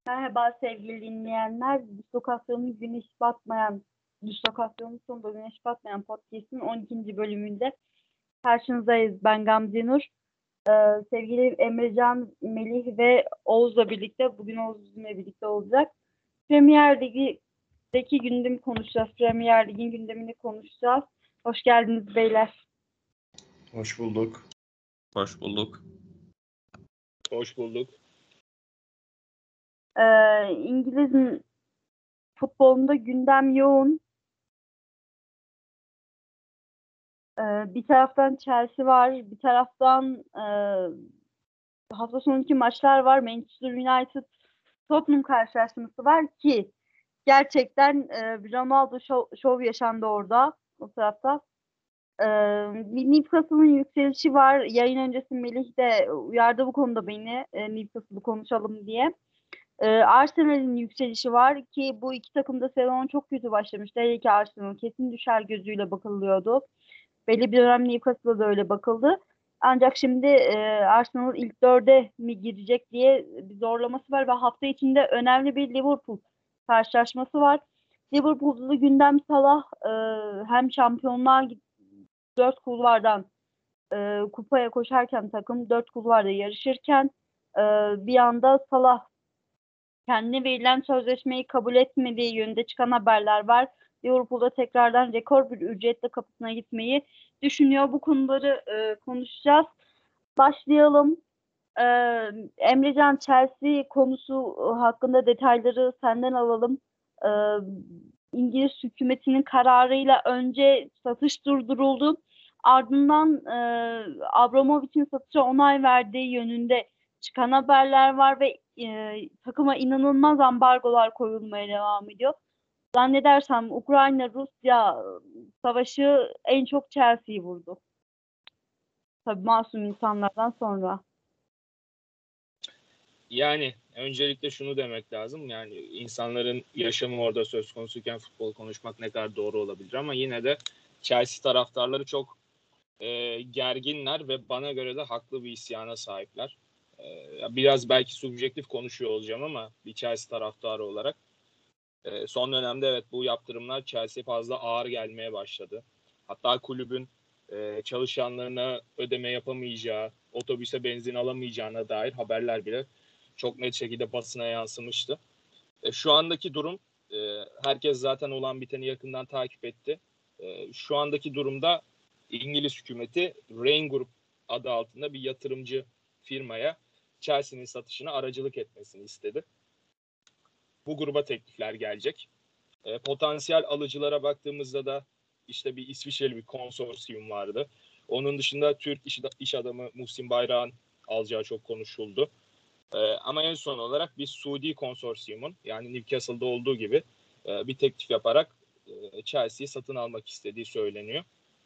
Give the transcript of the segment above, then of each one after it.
Merhaba sevgili dinleyenler. Dislokasyonun sonunda güneş batmayan podcast'in 12. bölümünde karşınızdayız. Ben Gamze Nur. Sevgili Emrecan, Melih ve Oğuz'la birlikte, bugün Oğuz bizimle birlikte olacak. Premier Lig'deki gündemi konuşacağız. Premier Lig'in gündemini konuşacağız. Hoş geldiniz beyler. Hoş bulduk. Hoş bulduk. Hoş bulduk. İngiliz futbolunda gündem yoğun. Bir taraftan Chelsea var, bir taraftan hafta sonundaki maçlar var. Manchester United Tottenham karşılaşması var ki gerçekten bir Ronaldo şov yaşandı orada, o tarafta. Newcastle'ın yükselişi var. Yayın öncesi Melih de uyardı bu konuda beni, Newcastle'ı konuşalım diye. Arsenal'in yükselişi var ki bu iki takım da sezon çok kötü başlamıştı. Hele ki Arsenal kesin düşer gözüyle bakılıyordu. Belli bir dönem Newcastle'a da öyle bakıldı. Ancak şimdi Arsenal ilk dörde mi girecek diye bir zorlaması var ve hafta içinde önemli bir Liverpool karşılaşması var. Liverpool'da gündem Salah hem şampiyonluğa 4 kulvardan kupaya koşarken takım 4 kulvarda yarışırken bir anda Salah kendine verilen sözleşmeyi kabul etmediği yönünde çıkan haberler var. Liverpool'da tekrardan rekor bir ücretle kapısına gitmeyi düşünüyor. Bu konuları konuşacağız. Başlayalım. Emrecan, Chelsea konusu hakkında detayları senden alalım. İngiliz hükümetinin kararıyla önce satış durduruldu. Ardından Abramovich'in satışa onay verdiği yönünde çıkan haberler var ve takıma inanılmaz ambargolar koyulmaya devam ediyor. Zannedersem Ukrayna-Rusya savaşı en çok Chelsea'yi vurdu. Tabii masum insanlardan sonra. Yani öncelikle şunu demek lazım. Yani insanların yaşamı orada söz konusuyken futbol konuşmak ne kadar doğru olabilir ama yine de Chelsea taraftarları çok gerginler ve bana göre de haklı bir isyana sahipler. Biraz belki subjektif konuşuyor olacağım ama bir Chelsea taraftarı olarak son dönemde evet bu yaptırımlar Chelsea'ye fazla ağır gelmeye başladı. Hatta kulübün çalışanlarına ödeme yapamayacağı, otobüse benzin alamayacağına dair haberler bile çok net şekilde basına yansımıştı. Şu andaki durum, herkes zaten olan biteni yakından takip etti. Şu andaki durumda İngiliz hükümeti Rain Group adı altında bir yatırımcı firmaya Chelsea'nin satışına aracılık etmesini istedi. Bu gruba teklifler gelecek. Potansiyel alıcılara baktığımızda da işte bir İsviçreli bir konsorsiyum vardı. Onun dışında Türk iş adamı Muhsin Bayrak'ın alacağı çok konuşuldu. Ama en son olarak bir Suudi konsorsiyumun yani Newcastle'da olduğu gibi bir teklif yaparak Chelsea'yi satın almak istediği söyleniyor.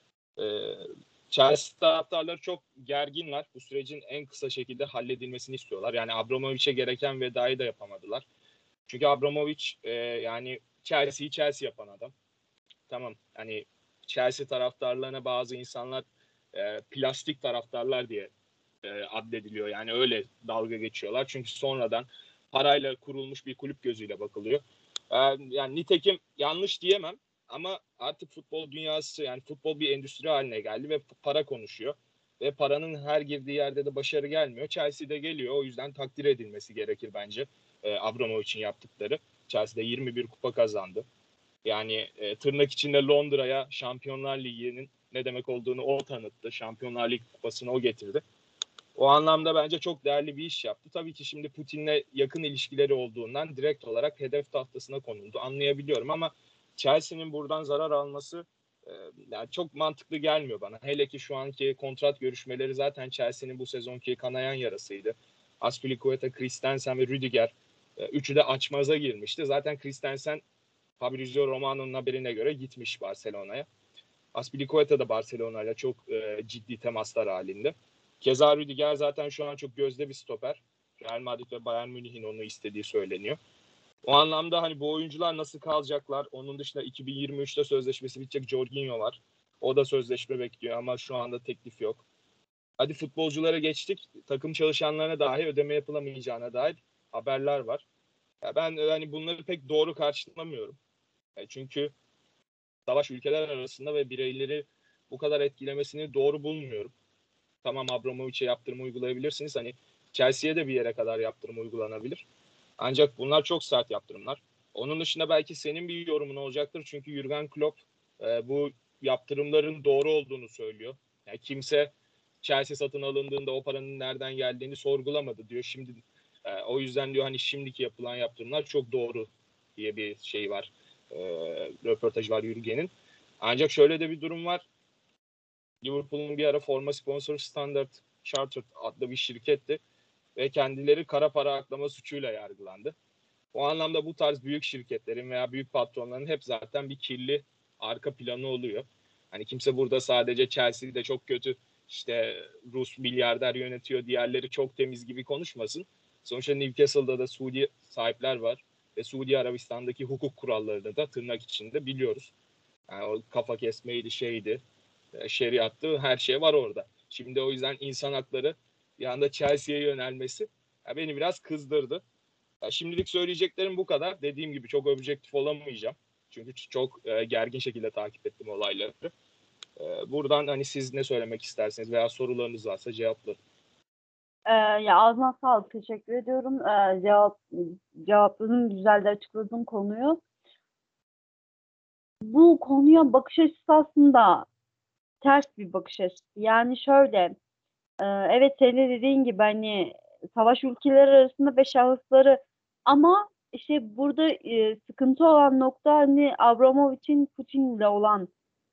Chelsea taraftarları çok gerginler. Bu sürecin en kısa şekilde halledilmesini istiyorlar. Yani Abramovich'e gereken vedayı da yapamadılar. Çünkü Abramovich yani Chelsea'yi Chelsea yapan adam. Tamam hani Chelsea taraftarlarına bazı insanlar plastik taraftarlar diye addediliyor. Yani öyle dalga geçiyorlar. Çünkü sonradan parayla kurulmuş bir kulüp gözüyle bakılıyor. Yani nitekim yanlış diyemem ama artık futbol dünyası yani futbol bir endüstri haline geldi ve para konuşuyor. Ve paranın her girdiği yerde de başarı gelmiyor. Chelsea'de geliyor. O yüzden takdir edilmesi gerekir bence. Abramovich'in yaptıkları. Chelsea'de 21 kupa kazandı. Yani tırnak içinde Londra'ya Şampiyonlar Ligi'nin ne demek olduğunu o tanıttı. Şampiyonlar Ligi kupasını o getirdi. O anlamda bence çok değerli bir iş yaptı. Tabii ki şimdi Putin'le yakın ilişkileri olduğundan direkt olarak hedef tahtasına konuldu. Anlayabiliyorum ama Chelsea'nin buradan zarar alması yani çok mantıklı gelmiyor bana. Hele ki şu anki kontrat görüşmeleri zaten Chelsea'nin bu sezonki kanayan yarasıydı. Azpilicueta, Christensen ve Rüdiger üçü de açmaza girmişti. Zaten Christensen Fabrizio Romano'nun haberine göre gitmiş Barcelona'ya. Azpilicueta da Barcelona'yla çok ciddi temaslar halinde. Keza Rüdiger zaten şu an çok gözde bir stoper. Real Madrid ve Bayern Münih'in onu istediği söyleniyor. O anlamda hani bu oyuncular nasıl kalacaklar? Onun dışında 2023'te sözleşmesi bitecek Jorginho var. O da sözleşme bekliyor ama şu anda teklif yok. Hadi futbolculara geçtik. Takım çalışanlarına dahi ödeme yapılamayacağına dair haberler var. Ya ben hani bunları pek doğru karşılamıyorum. Çünkü savaş ülkeler arasında ve bireyleri bu kadar etkilemesini doğru bulmuyorum. Tamam, Abramovich'e yaptırım uygulayabilirsiniz. Hani Chelsea'ye de bir yere kadar yaptırım uygulanabilir. Ancak bunlar çok sert yaptırımlar. Onun dışında belki senin bir yorumun olacaktır. Çünkü Jurgen Klopp bu yaptırımların doğru olduğunu söylüyor. Yani kimse Chelsea satın alındığında o paranın nereden geldiğini sorgulamadı diyor. Şimdi o yüzden diyor hani şimdiki yapılan yaptırımlar çok doğru diye bir şey var. Röportaj var Jurgen'in. Ancak şöyle de bir durum var. Liverpool'un bir ara forma sponsoru Standard Chartered adlı bir şirketti ve kendileri kara para aklama suçuyla yargılandı. O anlamda bu tarz büyük şirketlerin veya büyük patronların hep zaten bir kirli arka planı oluyor. Hani kimse burada sadece Chelsea'de çok kötü işte Rus milyarder yönetiyor, diğerleri çok temiz gibi konuşmasın. Sonuçta Newcastle'da da Suudi sahipler var ve Suudi Arabistan'daki hukuk kurallarını da tırnak içinde biliyoruz. Yani o kafa kesmeydi, şeydi, şeriattı, her şey var orada. Şimdi o yüzden insan hakları bir anda Chelsea'ye yönelmesi beni biraz kızdırdı. Şimdilik söyleyeceklerim bu kadar. Dediğim gibi çok objektif olamayacağım. Çünkü çok gergin şekilde takip ettim olayları. Buradan hani siz ne söylemek isterseniz veya sorularınız varsa cevaplarım. Ya ağzına sağlık. Teşekkür ediyorum. Cevapladın, güzel de açıkladın konuyu. Bu konuya bakış açısı aslında ters bir bakış açısı. Yani şöyle, evet senin de dediğin gibi hani savaş ülkeleri arasında ve şahısları, ama işte burada sıkıntı olan nokta hani Abramovich'in Putin'le olan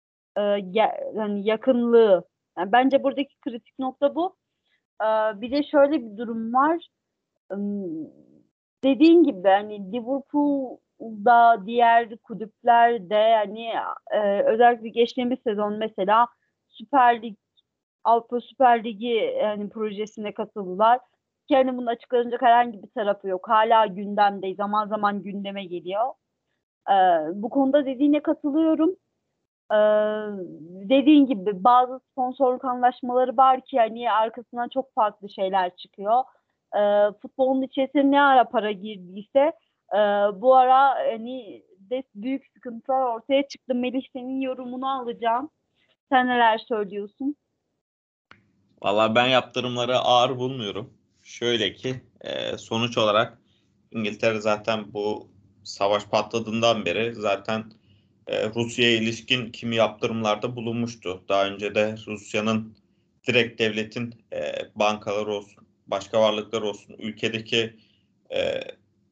hani yakınlığı. Yani bence buradaki kritik nokta bu. Bir de şöyle bir durum var. Im, Dediğin gibi hani Liverpool'da diğer kulüplerde yani özellikle geçtiğimiz sezon mesela Süper Lig, Avrupa Süper Ligi yani projesine katıldılar. Ki hani bunun açıklanacak herhangi bir tarafı yok. Hala gündemde, zaman zaman gündeme geliyor. Ee, Bu konuda dediğine katılıyorum. Ee, Dediğin gibi bazı sponsorluk anlaşmaları var ki hani arkasından çok farklı şeyler çıkıyor. Futbolun içerisine ne ara para girdiyse e, bu ara hani de büyük sıkıntılar ortaya çıktı. Melih, senin yorumunu alacağım. Sen neler söylüyorsun? Valla ben yaptırımları ağır bulmuyorum. Şöyle ki sonuç olarak İngiltere zaten bu savaş patladığından beri zaten Rusya'ya ilişkin kimi yaptırımlarda bulunmuştu. Daha önce de Rusya'nın direkt devletin bankalar olsun, başka varlıklar olsun ülkedeki e,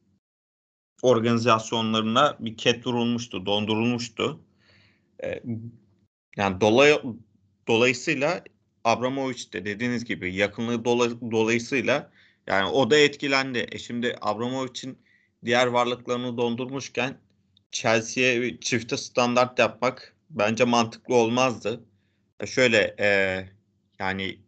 organizasyonlarına bir ket vurulmuştu, dondurulmuştu. E, Yani dolayısıyla Abramovich de dediğiniz gibi yakınlığı dolayısıyla yani o da etkilendi. Şimdi Abramovich'in diğer varlıklarını dondurmuşken Chelsea'ye bir çifte standart yapmak bence mantıklı olmazdı. Şöyle yani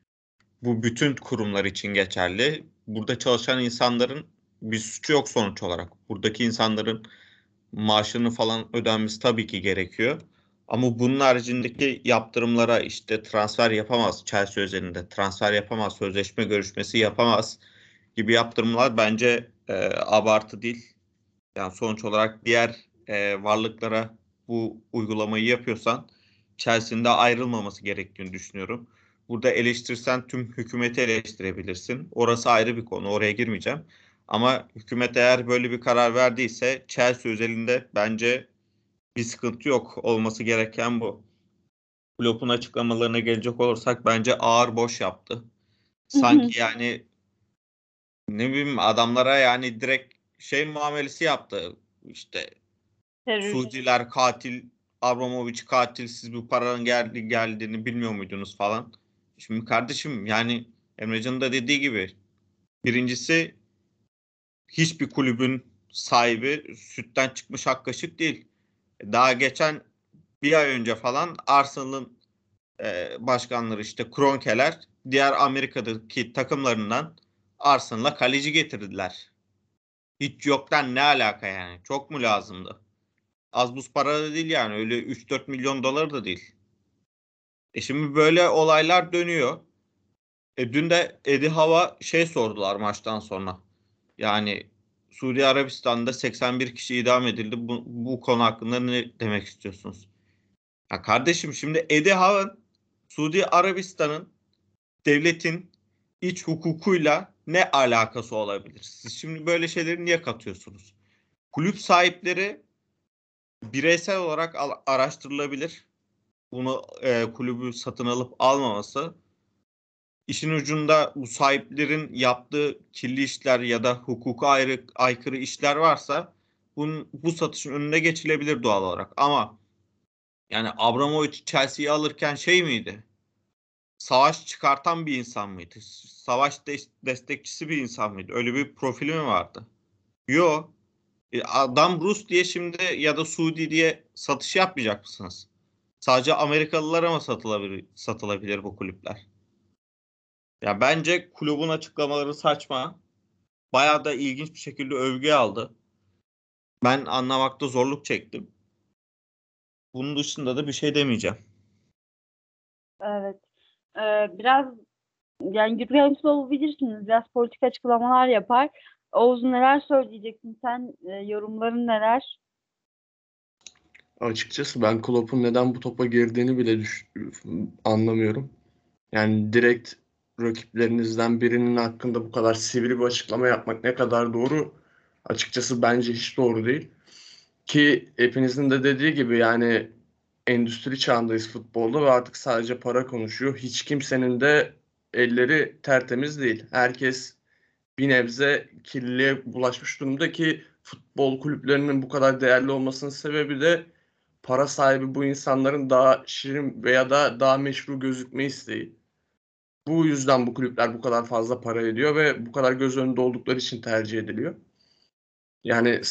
bu bütün kurumlar için geçerli. Burada çalışan insanların bir suçu yok sonuç olarak. Buradaki insanların maaşını falan ödenmesi tabii ki gerekiyor. Ama bunun haricindeki yaptırımlara işte transfer yapamaz, Chelsea özelinde transfer yapamaz, sözleşme görüşmesi yapamaz gibi yaptırımlar bence abartı değil. Yani sonuç olarak diğer varlıklara bu uygulamayı yapıyorsan Chelsea'nin de ayrılmaması gerektiğini düşünüyorum. Burada eleştirsen tüm hükümeti eleştirebilirsin. Orası ayrı bir konu. Oraya girmeyeceğim. Ama hükümet eğer böyle bir karar verdiyse Chelsea özelinde bence bir sıkıntı yok. Olması gereken bu. Klopp'un açıklamalarına gelecek olursak bence ağır boş yaptı. Sanki yani ne bileyim adamlara yani direkt şey muamelesi yaptı. İşte Terörist. Suudiler katil, Abramovich katil, siz bu paranın geldiğini bilmiyor muydunuz falan. Şimdi kardeşim yani Emrecan'ın da dediği gibi birincisi hiçbir kulübün sahibi sütten çıkmış ak kaşık değil. Daha geçen bir ay önce falan Arsenal'ın başkanları işte Kroenke'ler diğer Amerika'daki takımlarından Arsenal'a kaleci getirdiler. Hiç yoktan ne alaka yani? Çok mu lazımdı? Az buz para da değil yani. Öyle 3-4 milyon dolar da değil. Şimdi böyle olaylar dönüyor. Dün de Eddie Howe'a şey sordular maçtan sonra. Yani Suudi Arabistan'da 81 kişi idam edildi. Bu konu hakkında ne demek istiyorsunuz? Ya kardeşim, şimdi Eddie Howe'ın Suudi Arabistan'ın devletin iç hukukuyla ne alakası olabilir? Siz şimdi böyle şeyleri niye katıyorsunuz? Kulüp sahipleri bireysel olarak araştırılabilir. Bunu kulübü satın alıp almaması. İşin ucunda bu sahiplerin yaptığı kirli işler ya da hukuka aykırı işler varsa bu satışın önüne geçilebilir doğal olarak. Ama yani Abramovich Chelsea'yi alırken şey miydi? Savaş çıkartan bir insan mıydı? Savaş destekçisi bir insan mıydı? Öyle bir profili mi vardı? Yok. Adam Rus diye şimdi ya da Suudi diye satış yapmayacak mısınız? Sadece Amerikalılara mı satılabilir bu kulüpler? Ya bence kulübün açıklamaları saçma. Bayağı da ilginç bir şekilde övgü aldı. Ben anlamakta zorluk çektim. Bunun dışında da bir şey demeyeceğim. Evet. Biraz yani Jürgen Klopp'u bilirsiniz. Biraz politik açıklamalar yapar. Oğuz, neler söyleyeceksin sen? Yorumların neler? Açıkçası ben Klopp'un neden bu topa girdiğini bile anlamıyorum. Yani direkt rakiplerinizden birinin hakkında bu kadar sivri bir açıklama yapmak ne kadar doğru? Açıkçası bence hiç doğru değil. Ki hepinizin de dediği gibi yani endüstri çağındayız futbolda ve artık sadece para konuşuyor. Hiç kimsenin de elleri tertemiz değil. Herkes bir nebze kirliliğe bulaşmış durumda ki futbol kulüplerinin bu kadar değerli olmasının sebebi de para sahibi bu insanların daha şirin veya da daha meşru gözükme isteği. Bu yüzden bu kulüpler bu kadar fazla para ediyor ve bu kadar göz önünde oldukları için tercih ediliyor. Yani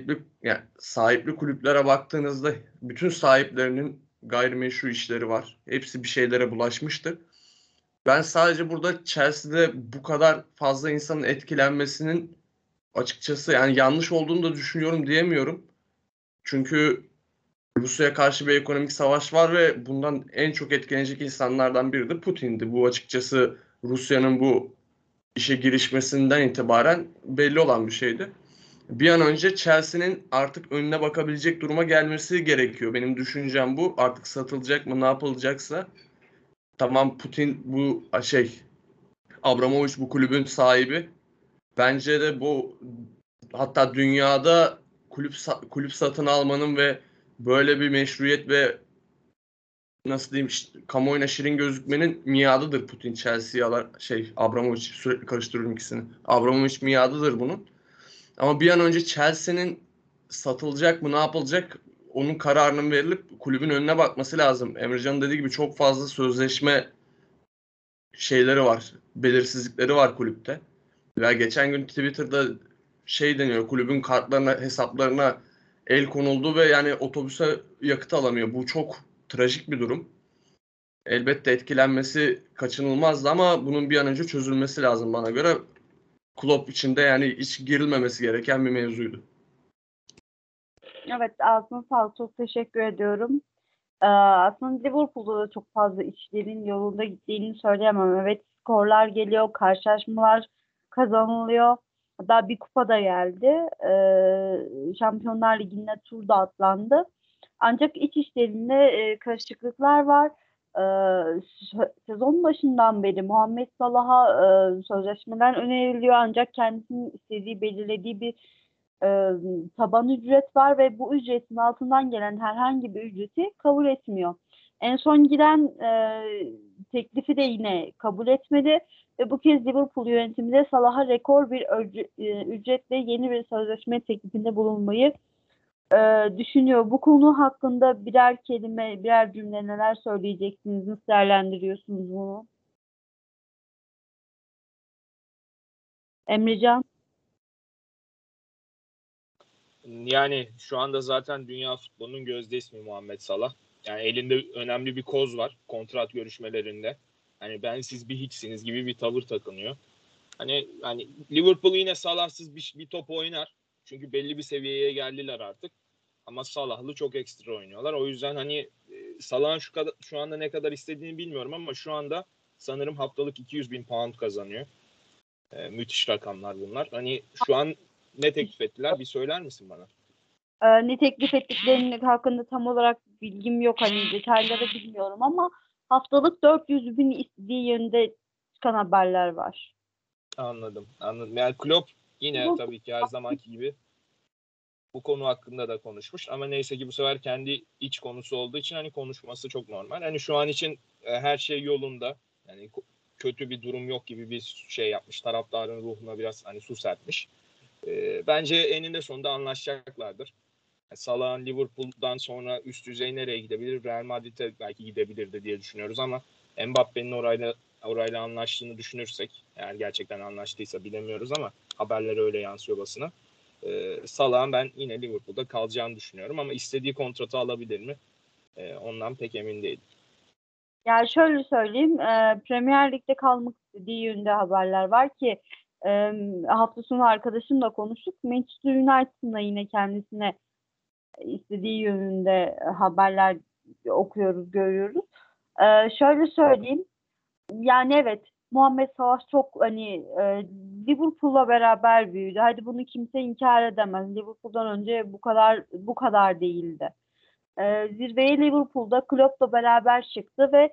sahipli kulüplere baktığınızda bütün sahiplerinin gayrimeşru işleri var. Hepsi bir şeylere bulaşmıştır. Ben sadece burada Chelsea'de bu kadar fazla insanın etkilenmesinin açıkçası yani yanlış olduğunu da düşünüyorum diyemiyorum. Çünkü Rusya'ya karşı bir ekonomik savaş var ve bundan en çok etkilenecek insanlardan biri de Putin'di. Bu açıkçası Rusya'nın bu işe girişmesinden itibaren belli olan bir şeydi. Bir an önce Chelsea'nin artık önüne bakabilecek duruma gelmesi gerekiyor. Benim düşüncem bu. Artık satılacak mı, ne yapılacaksa. Tamam, Putin bu Abramovich bu kulübün sahibi. Bence de bu, hatta dünyada kulüp satın almanın ve böyle bir meşruiyet ve nasıl diyeyim işte, kamuoyuna şirin gözükmenin miadıdır Putin Chelsea'yi Abramovich, sürekli karıştırıyorum ikisini. Abramovich miadıdır bunun. Ama bir an önce Chelsea'nin satılacak mı, ne yapılacak, onun kararının verilip kulübün önüne bakması lazım. Emrecan'ın dediği gibi çok fazla sözleşme şeyleri var, belirsizlikleri var kulüpte. Ya geçen gün Twitter'da deniyor, kulübün kartlarına, hesaplarına el konuldu ve yani otobüse yakıt alamıyor. Bu çok trajik bir durum. Elbette etkilenmesi kaçınılmazdı ama bunun bir an önce çözülmesi lazım bana göre. Klopp için de yani hiç girilmemesi gereken bir mevzuydu. Evet, ağzına sağlık. Çok teşekkür ediyorum. Aslında Liverpool'da da çok fazla işlerin yolunda gittiğini söyleyemem. Evet, skorlar geliyor, karşılaşmalar kazanılıyor. Hatta bir kupa da geldi. Şampiyonlar Ligi'nde tur da atlandı. Ancak iç işlerinde karışıklıklar var. Sezon başından beri Muhammed Salah'a sözleşmeden öneriliyor, ancak kendisinin istediği, belirlediği bir e, taban ücret var ve bu ücretin altından gelen herhangi bir ücreti kabul etmiyor. En son giren teklifi de yine kabul etmedi ve bu kez Liverpool yönetimi de Salah'a rekor bir ücretle yeni bir sözleşme teklifinde bulunmayı düşünüyor. Bu konu hakkında birer kelime, birer cümle neler söyleyeceksiniz? Nasıl değerlendiriyorsunuz bunu? Emrecan? Yani şu anda zaten dünya futbolunun gözde ismi Muhammed Salah. Yani elinde önemli bir koz var kontrat görüşmelerinde. Hani ben siz bir hiçsiniz gibi bir tavır takınıyor. Hani Liverpool yine Salah'sız bir top oynar. Çünkü belli bir seviyeye geldiler artık. Ama Salah'lı çok ekstra oynuyorlar. O yüzden Salah'ın şu anda ne kadar istediğini bilmiyorum ama şu anda sanırım haftalık 200.000 pound kazanıyor. Müthiş rakamlar bunlar. Hani şu an ne teklif ettiler? Bir söyler misin bana? Ne teklif ettiklerinin hakkında tam olarak bilgim yok. Hani detayları bilmiyorum ama haftalık 400 bin istediği yönünde çıkan haberler var. Anladım. Yani Klopp yine tabii ki her zamanki gibi bu konu hakkında da konuşmuş ama neyse ki bu sefer kendi iç konusu olduğu için hani konuşması çok normal. Hani şu an için her şey yolunda. Yani kötü bir durum yok gibi bir şey yapmış. Taraftarın ruhuna biraz hani su serpmiş. Bence eninde sonunda anlaşacaklardır. Salah'ın Liverpool'dan sonra üst düzey nereye gidebilir? Real Madrid'e belki gidebilirdi diye düşünüyoruz ama Mbappe'nin orayla anlaştığını düşünürsek, eğer gerçekten anlaştıysa bilemiyoruz ama haberler öyle yansıyor basına. Salah'ın ben yine Liverpool'da kalacağını düşünüyorum ama istediği kontratı alabilir mi? Ondan pek emin değilim. Yani şöyle söyleyeyim, Premier Lig'de kalmak istediği yönünde haberler var ki hafta sonu arkadaşımla konuştuk. Manchester United'ın da yine kendisine istediği yönünde haberler okuyoruz, görüyoruz. Şöyle söyleyeyim, yani evet, Muhammed Salah çok hani Liverpool'la beraber büyüdü. Hadi bunu kimse inkar edemez. Liverpool'dan önce bu kadar değildi. Zirveye Liverpool'da Klopp'la beraber çıktı ve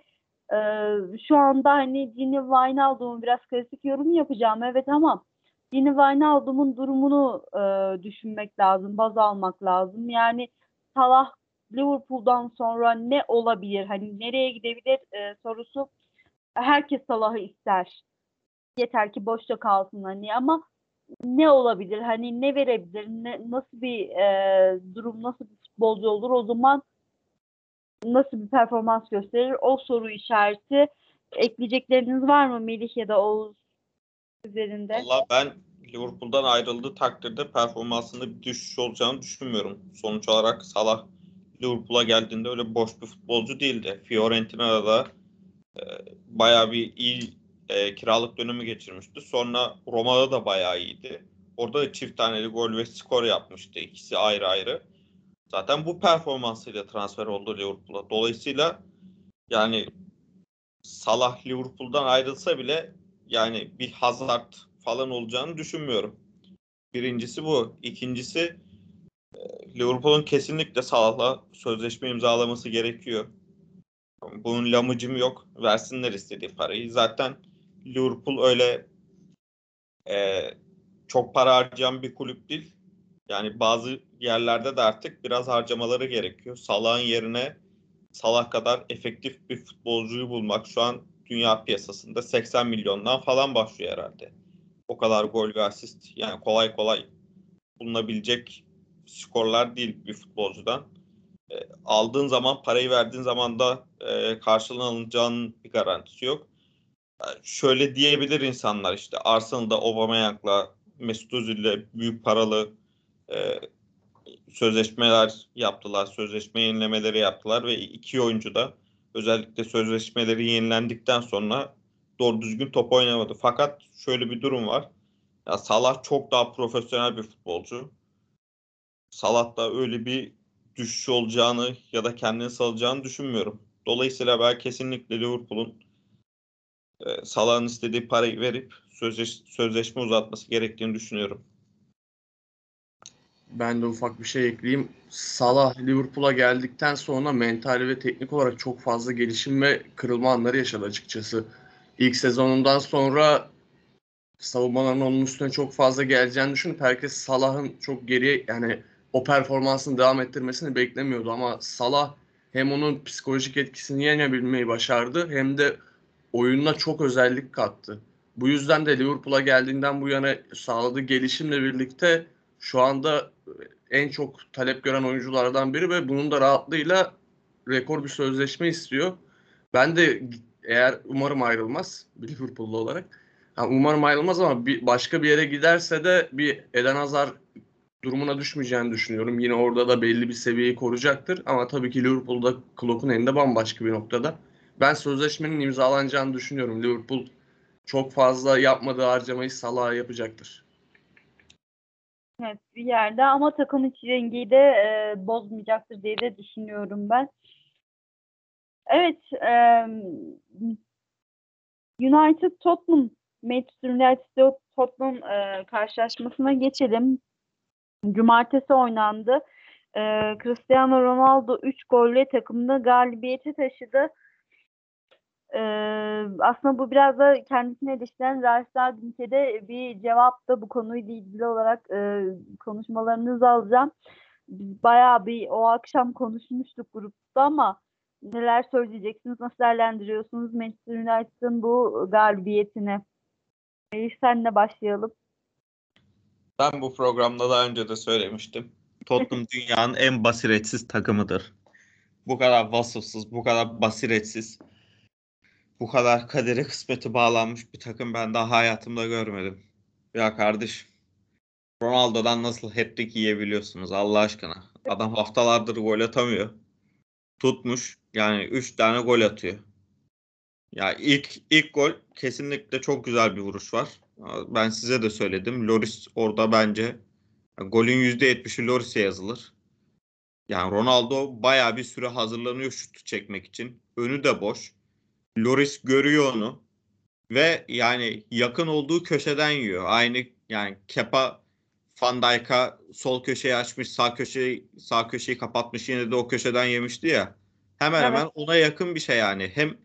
şu anda hani Gini Wijnaldum'un biraz klasik yorum yapacağım, evet, ama Gini Wijnaldum'un durumunu düşünmek lazım, baz almak lazım. Yani Salah Liverpool'dan sonra ne olabilir, hani nereye gidebilir sorusu, herkes Salah'ı ister. Yeter ki boşta kalsın hani, ama ne olabilir, hani ne verebilir, nasıl bir durum, nasıl bir futbolcu olur, o zaman nasıl bir performans gösterir, o soru işareti. Ekleyecekleriniz var mı Melih ya da Oğuz üzerinde? Valla ben Liverpool'dan ayrıldığı takdirde baperformansında bir düşüş olacağını düşünmüyorum. Sonuç olarak Salah Liverpool'a geldiğinde öyle boş bir futbolcu değildi. Fiorentina'da da bayağı bir iyi kiralık dönemi geçirmişti. Sonra Roma'da da bayağı iyiydi. Orada da çift taneli gol ve skor yapmıştı. İkisi ayrı ayrı. Zaten bu performansıyla transfer oldu Liverpool'a. Dolayısıyla yani Salah Liverpool'dan ayrılsa bile yani bir Hazard falan olacağını düşünmüyorum. Birincisi bu. İkincisi Liverpool'un kesinlikle Salah'la sözleşme imzalaması gerekiyor. Bunun lamıcım yok. Versinler istediği parayı. Zaten Liverpool öyle e, çok para harcayan bir kulüp değil. Yani bazı yerlerde de artık biraz harcamaları gerekiyor. Salah'ın yerine Salah kadar efektif bir futbolcuyu bulmak şu an dünya piyasasında 80 milyondan falan başlıyor herhalde. O kadar gol ve asist yani kolay kolay bulunabilecek skorlar değil bir futbolcudan. Aldığın zaman, parayı verdiğin zaman da karşılığını alınacağının bir garantisi yok. Şöyle diyebilir insanlar, işte Arsenal'da Aubameyang'la Mesut Özil'le büyük paralı e, sözleşmeler yaptılar. Sözleşme yenilemeleri yaptılar ve iki oyuncu da özellikle sözleşmeleri yenilendikten sonra doğru düzgün top oynamadı. Fakat şöyle bir durum var. Ya Salah çok daha profesyonel bir futbolcu. Salah'ta öyle bir düşüş olacağını ya da kendini salacağını düşünmüyorum. Dolayısıyla ben kesinlikle Liverpool'un Salah'ın istediği parayı verip sözleşme uzatması gerektiğini düşünüyorum. Ben de ufak bir şey ekleyeyim. Salah Liverpool'a geldikten sonra mental ve teknik olarak çok fazla gelişim ve kırılma anları yaşadı açıkçası. İlk sezonundan sonra savunmaların onun üstüne çok fazla geleceğini düşünüp herkes Salah'ın çok geriye, yani o performansını devam ettirmesini beklemiyordu ama Salah hem onun psikolojik etkisini yenebilmeyi başardı hem de oyununa çok özellik kattı. Bu yüzden de Liverpool'a geldiğinden bu yana sağladığı gelişimle birlikte şu anda en çok talep gören oyunculardan biri ve bunun da rahatlığıyla rekor bir sözleşme istiyor. Ben de umarım ayrılmaz bir Liverpool'lu olarak. Ha, umarım ayrılmaz ama başka bir yere giderse de bir Eden Hazard durumuna düşmeyeceğini düşünüyorum. Yine orada da belli bir seviyeyi koruyacaktır. Ama tabii ki Liverpool'da Klopp'un elinde bambaşka bir noktada. Ben sözleşmenin imzalanacağını düşünüyorum. Liverpool çok fazla yapmadığı harcamayı Salah'a yapacaktır. Evet, bir yerde, ama takım içi rengi de bozmayacaktır diye de düşünüyorum ben. Evet, United Tottenham, Manchester United Tottenham karşılaşmasına geçelim. Cumartesi oynandı. Cristiano Ronaldo 3 golle takımını galibiyete taşıdı. Aslında bu biraz da kendisine eleştiren Raşit Dinç'e bir cevap da bu konuyla ilgili olarak konuşmalarınızı alacağım. Biz bayağı bir o akşam konuşmuştuk grupta ama neler söyleyeceksiniz, nasıl değerlendiriyorsunuz Manchester United'ın bu galibiyetini? Melih, senle başlayalım. Ben bu programda daha önce de söylemiştim. Tottenham dünyanın en basiretsiz takımıdır. Bu kadar vasıfsız, bu kadar basiretsiz, bu kadar kadere kısmeti bağlanmış bir takım ben daha hayatımda görmedim. Ya kardeş, Ronaldo'dan nasıl hat-trick yiyebiliyorsunuz Allah aşkına? Adam haftalardır gol atamıyor. Tutmuş yani 3 tane gol atıyor. Ya ilk gol kesinlikle çok güzel bir vuruş var. Ben size de söyledim. Lloris orada bence golün %70'i Lloris'e yazılır. Yani Ronaldo bayağı bir süre hazırlanıyor şutu çekmek için. Önü de boş. Lloris görüyor onu ve yani yakın olduğu köşeden yiyor. Aynı yani Kepa Van Dijk'a sol köşeyi açmış, sağ köşeyi kapatmış, yine de o köşeden yemişti ya. Hemen Evet. hemen ona yakın bir şey yani. Hem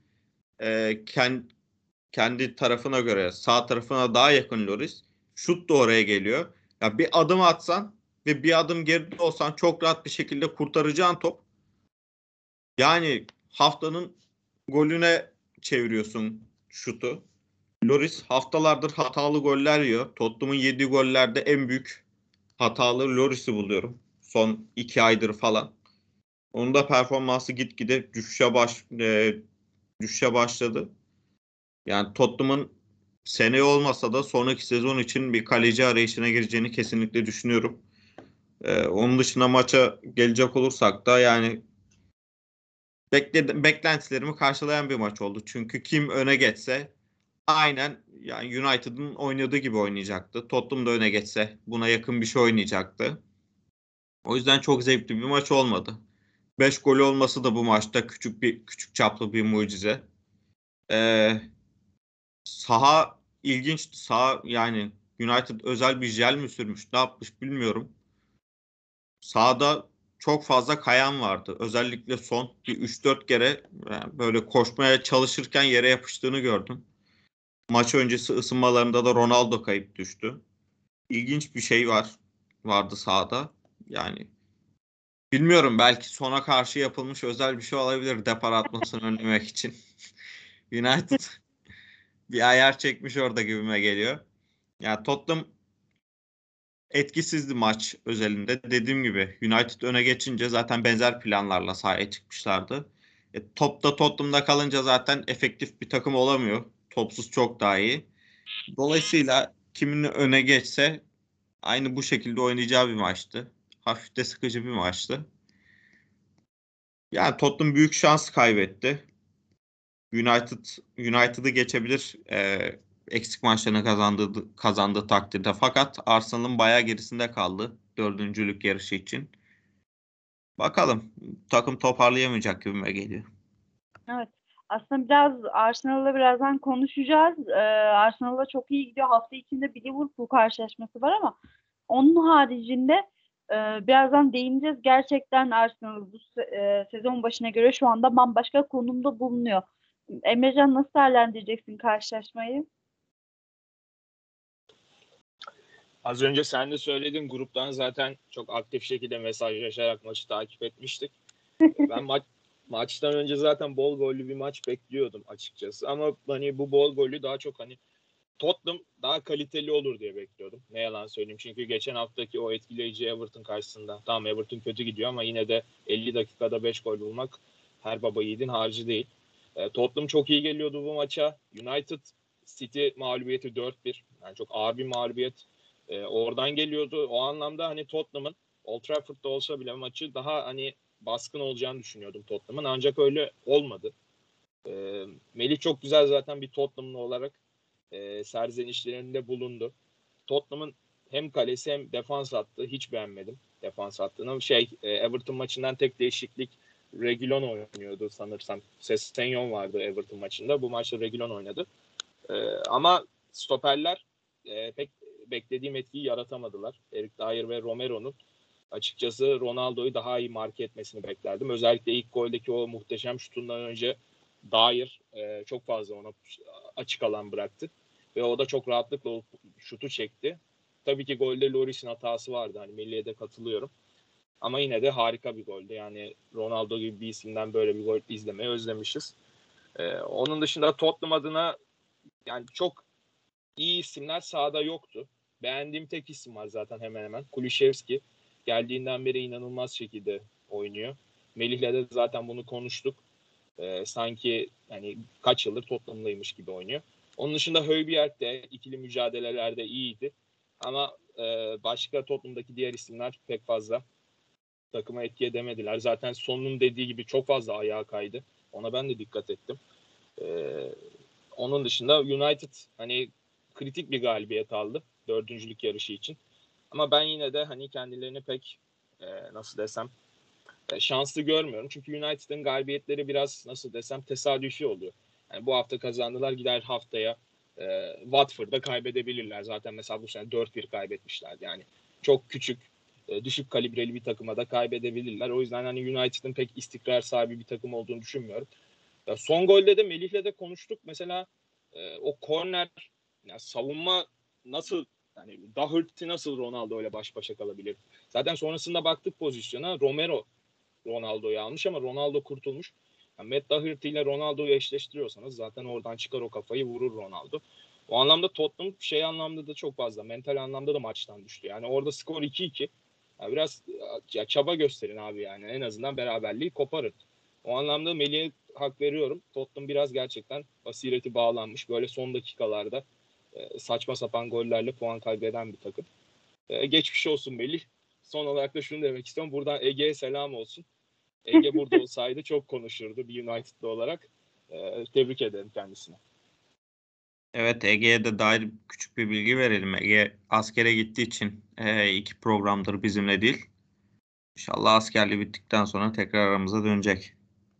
kendi tarafına göre sağ tarafına daha yakın Lloris. Şut da oraya geliyor. Ya bir adım atsan ve bir adım geride olsan çok rahat bir şekilde kurtaracağın top. Yani haftanın golüne çeviriyorsun şutu. Lloris haftalardır hatalı goller yiyor. Tottenham'ın yediği gollerde en büyük hatalı Lloris'i buluyorum. Son 2 aydır falan. Onun da performansı gitgide düşüşe başladı. Yani Tottenham'ın seneye olmasa da sonraki sezon için bir kaleci arayışına gireceğini kesinlikle düşünüyorum. Onun dışında maça gelecek olursak da yani beklentilerimi karşılayan bir maç oldu. Çünkü kim öne geçse aynen yani United'ın oynadığı gibi oynayacaktı. Tottenham da öne geçse buna yakın bir şey oynayacaktı. O yüzden çok zevkli bir maç olmadı. 5 gol olması da bu maçta küçük çaplı bir mucize. Ee, Saha ilginçti. Saha yani United özel bir jel mi sürmüş, ne yapmış bilmiyorum. Sahada çok fazla kayan vardı. Özellikle son bir 3-4 kere yani böyle koşmaya çalışırken yere yapıştığını gördüm. Maç öncesi ısınmalarında da Ronaldo kayıp düştü. İlginç bir şey vardı sahada. Yani bilmiyorum, belki sona karşı yapılmış özel bir şey olabilir depar atmasını önlemek için. United bir ayar çekmiş orada gibime geliyor. Ya Tottenham etkisizdi maç özelinde. Dediğim gibi United öne geçince zaten benzer planlarla sahaya çıkmışlardı. Topta Tottenham'da kalınca zaten efektif bir takım olamıyor. Topsuz çok daha iyi. Dolayısıyla kimin öne geçse aynı bu şekilde oynayacağı bir maçtı. Hafif de sıkıcı bir maçtı. Yani Tottenham büyük şans kaybetti. United'ı geçebilir eksik maçlarını kazandığı takdirde. Fakat Arsenal'ın bayağı gerisinde kaldı dördüncülük yarışı için. Bakalım, takım toparlayamayacak gibime geliyor. Evet. Aslında biraz Arsenal'la birazdan konuşacağız. Arsenal'la çok iyi gidiyor. Hafta içinde bir Liverpool karşılaşması var ama onun haricinde birazdan değineceğiz. Gerçekten Arsenal bu sezon başına göre şu anda bambaşka konumda bulunuyor. Emrecan, nasıl değerlendireceksin karşılaşmayı? Az önce sen de söyledin, gruptan zaten çok aktif şekilde mesajlaşarak maçı takip etmiştik. Ben maçtan önce zaten bol gollü bir maç bekliyordum açıkçası. Ama hani bu bol gollü daha çok hani Tottenham daha kaliteli olur diye bekliyordum. Ne yalan söyleyeyim. Çünkü geçen haftaki o etkileyici Everton karşısında, tamam Everton kötü gidiyor ama yine de 50 dakikada 5 gol bulmak her baba yiğidin harcı değil. Tottenham çok iyi geliyordu bu maça. United City mağlubiyeti 4-1. Yani çok ağır bir mağlubiyet. Oradan geliyordu. O anlamda hani Tottenham'ın Old Trafford'da olsa bile maçı daha hani baskın olacağını düşünüyordum Tottenham'ın. Ancak öyle olmadı. Melih çok güzel zaten bir Tottenham'lı olarak serzenişlerinde bulundu. Tottenham'ın hem kalesi hem defans hattı hiç beğenmedim defans hattını. Everton maçından tek değişiklik Reguilon oynuyordu sanırsam. Sessegnon vardı Everton maçında. Bu maçta Reguilon oynadı. Ama stoperler pek beklediğim etkiyi yaratamadılar. Eric Dyer ve Romero'nun açıkçası Ronaldo'yu daha iyi marke etmesini beklerdim. Özellikle ilk goldeki o muhteşem şutundan önce Dyer çok fazla ona açık alan bıraktı. Ve o da çok rahatlıkla o şutu çekti. Tabii ki golde Lloris'in hatası vardı. Hani Melih'e de katılıyorum. Ama yine de harika bir goldü. Yani Ronaldo gibi bir isimden böyle bir gol izlemeyi özlemişiz. Onun dışında Tottenham adına yani çok iyi isimler sahada yoktu. Beğendiğim tek isim var zaten hemen hemen. Kulusevski. Geldiğinden beri inanılmaz şekilde oynuyor. Melih'le de zaten bunu konuştuk. Sanki hani kaç yıldır Tottenham'daymış gibi oynuyor. Onun dışında Højbjerg de ikili mücadelelerde iyiydi. Ama başka Tottenham'daki diğer isimler pek fazla takıma etki edemediler. Zaten Son'un dediği gibi çok fazla ayağa kaydı. Ona ben de dikkat ettim. Onun dışında United hani kritik bir galibiyet aldı dördüncülük yarışı için. Ama ben yine de hani kendilerini pek nasıl desem şanslı görmüyorum. Çünkü United'ın galibiyetleri biraz nasıl desem tesadüfi oluyor. Yani bu hafta kazandılar, gider haftaya Watford'da kaybedebilirler. Zaten mesela bu sene 4-1 kaybetmişlerdi. Yani çok küçük, düşük kalibreli bir takıma da kaybedebilirler. O yüzden hani United'ın pek istikrar sahibi bir takım olduğunu düşünmüyorum. Ya son golde de Melih'le de konuştuk. Mesela o korner, yani savunma nasıl, yani Doherty nasıl Ronaldo ile baş başa kalabilir? Zaten sonrasında baktık pozisyona, Romero Ronaldo'yu almış ama Ronaldo kurtulmuş. Yani Matt Doherty ile Ronaldo'yu eşleştiriyorsanız zaten oradan çıkar o kafayı, vurur Ronaldo. O anlamda Tottenham şey anlamda da çok fazla, mental anlamda da maçtan düştü. Yani orada skor 2-2. Yani biraz ya çaba gösterin abi yani. En azından beraberliği koparın. O anlamda Melih'e hak veriyorum. Tottenham biraz gerçekten basireti bağlanmış. Böyle son dakikalarda saçma sapan gollerle puan kaybeden bir takım. Geçmiş olsun Melih. Son olarak da şunu demek istiyorum. Buradan Ege'ye selam olsun. Ege burada olsaydı çok konuşurdu bir United'lı olarak. Tebrik ederim kendisine. Evet, Ege'ye de dair küçük bir bilgi verelim. Ege askere gittiği için 2 programdır bizimle değil. İnşallah askerliği bittikten sonra tekrar aramıza dönecek.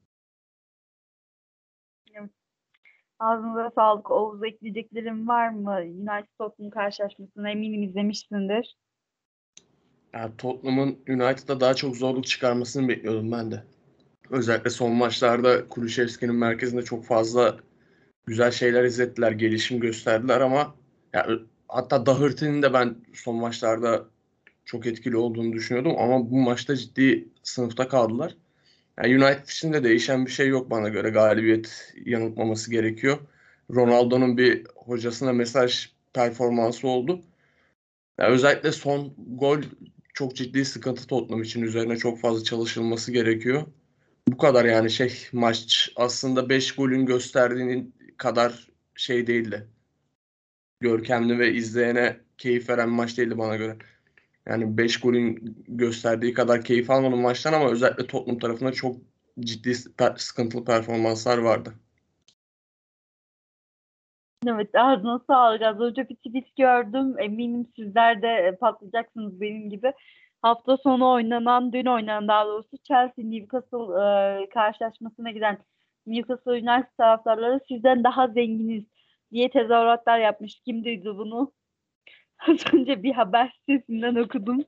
Ağzınıza sağlık. Oğuz, ekleyeceklerim var mı? United Tottenham karşılaşmasını eminim izlemişsindir. Yani Tottenham'ın United'a daha çok zorluk çıkarmasını bekliyordum ben de. Özellikle son maçlarda Kulusevski'nin merkezinde çok fazla güzel şeyler izlettiler, gelişim gösterdiler ama hatta Doherty'nin de ben son maçlarda çok etkili olduğunu düşünüyordum ama bu maçta ciddi sınıfta kaldılar. Yani United için de değişen bir şey yok bana göre. Galibiyet yanıltmaması gerekiyor. Ronaldo'nun bir hocasına mesaj performansı oldu. Yani özellikle son gol çok ciddi sıkıntı Tottenham için. Üzerine çok fazla çalışılması gerekiyor. Bu kadar yani maç aslında 5 golün gösterdiğinin kadar şey değildi. Görkemli ve izleyene keyif veren maç değildi bana göre. Yani 5 golün gösterdiği kadar keyif almadım maçtan ama özellikle Tottenham tarafında çok ciddi sıkıntılı performanslar vardı. Evet, ağzına sağlık. Az önce bir tweet gördüm. Eminim sizler de patlayacaksınız benim gibi. Hafta sonu oynanan, dün oynanan daha doğrusu Chelsea Newcastle karşılaşmasına giden Newcastle United taraftarları sizden daha zenginiz diye tezahüratlar yapmış. Kim duydu bunu? Az önce bir haber sitesinden okudum.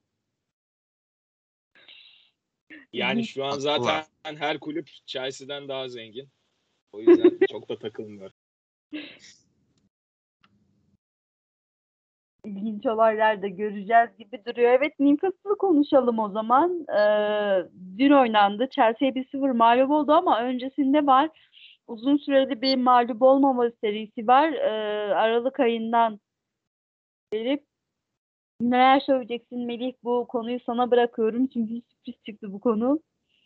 Yani şu an Allah. zaten her kulüp Chelsea'den daha zengin. O yüzden çok da takılmıyor. İlginç olaylar da göreceğiz gibi duruyor. Evet, Newcastle'ı konuşalım o zaman. Dün oynandı. Chelsea 1-0 mağlup oldu ama öncesinde var. Uzun süreli bir mağlup olmama serisi var. Aralık ayından beri. Neler söyleyeceksin Melih? Bu konuyu sana bırakıyorum. Çünkü sürpriz çıktı bu konu.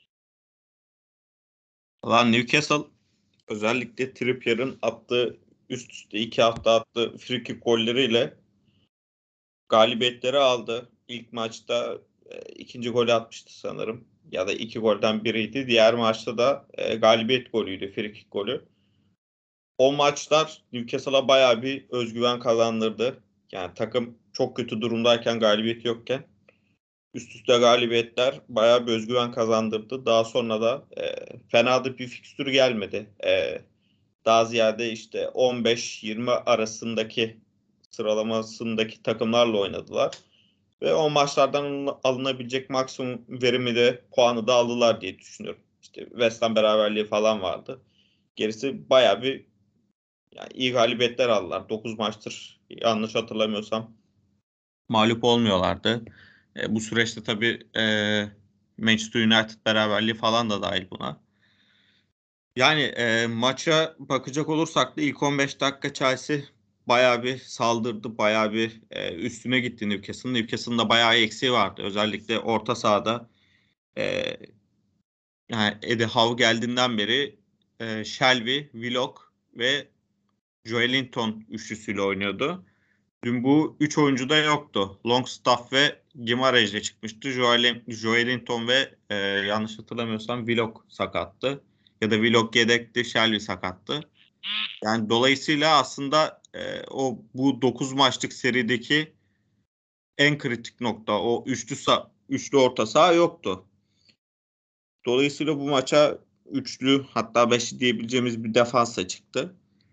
Lan Newcastle özellikle Trippier'ın attığı üst üste 2 hafta attığı free kick golleriyle galibiyetleri aldı. İlk maçta ikinci golü atmıştı sanırım. Ya da 2 golden biriydi. Diğer maçta da galibiyet golüydü, free kick golü. O maçlar Newcastle'a bayağı bir özgüven kazandırdı. Yani takım çok kötü durumdayken, galibiyet yokken üst üste galibiyetler bayağı bir özgüven kazandırdı. Daha sonra da fena da bir fikstür gelmedi. Daha ziyade işte 15-20 arasındaki sıralamasındaki takımlarla oynadılar. Ve o maçlardan alınabilecek maksimum verimi de puanı da aldılar diye düşünüyorum. İşte West Ham beraberliği falan vardı. Gerisi bayağı bir yani iyi galibiyetler aldılar. 9 maçtır yanlış hatırlamıyorsam mağlup olmuyorlardı. Bu süreçte tabii Manchester United beraberliği falan da dahil buna. Yani maça bakacak olursak da ilk 15 dakika Chelsea bayağı bir saldırdı. Bayağı bir üstüne gitti Newcastle'ın. Newcastle'ın da bayağı eksiği vardı. Özellikle orta sahada e, yani Eddie Howe geldiğinden beri Shelby, Willock ve Joelinton üçlüsüyle oynuyordu. Dün bu üç oyuncu da yoktu. Longstaff ve Gimareş'le çıkmıştı. Joelinton ve yanlış hatırlamıyorsam Willock sakattı. Ya da Willock yedekti, Shelby sakattı. Yani dolayısıyla aslında bu 9 maçlık serideki en kritik nokta o üçlü orta saha yoktu. Dolayısıyla bu maça üçlü hatta beşli diyebileceğimiz bir defansla çıktı.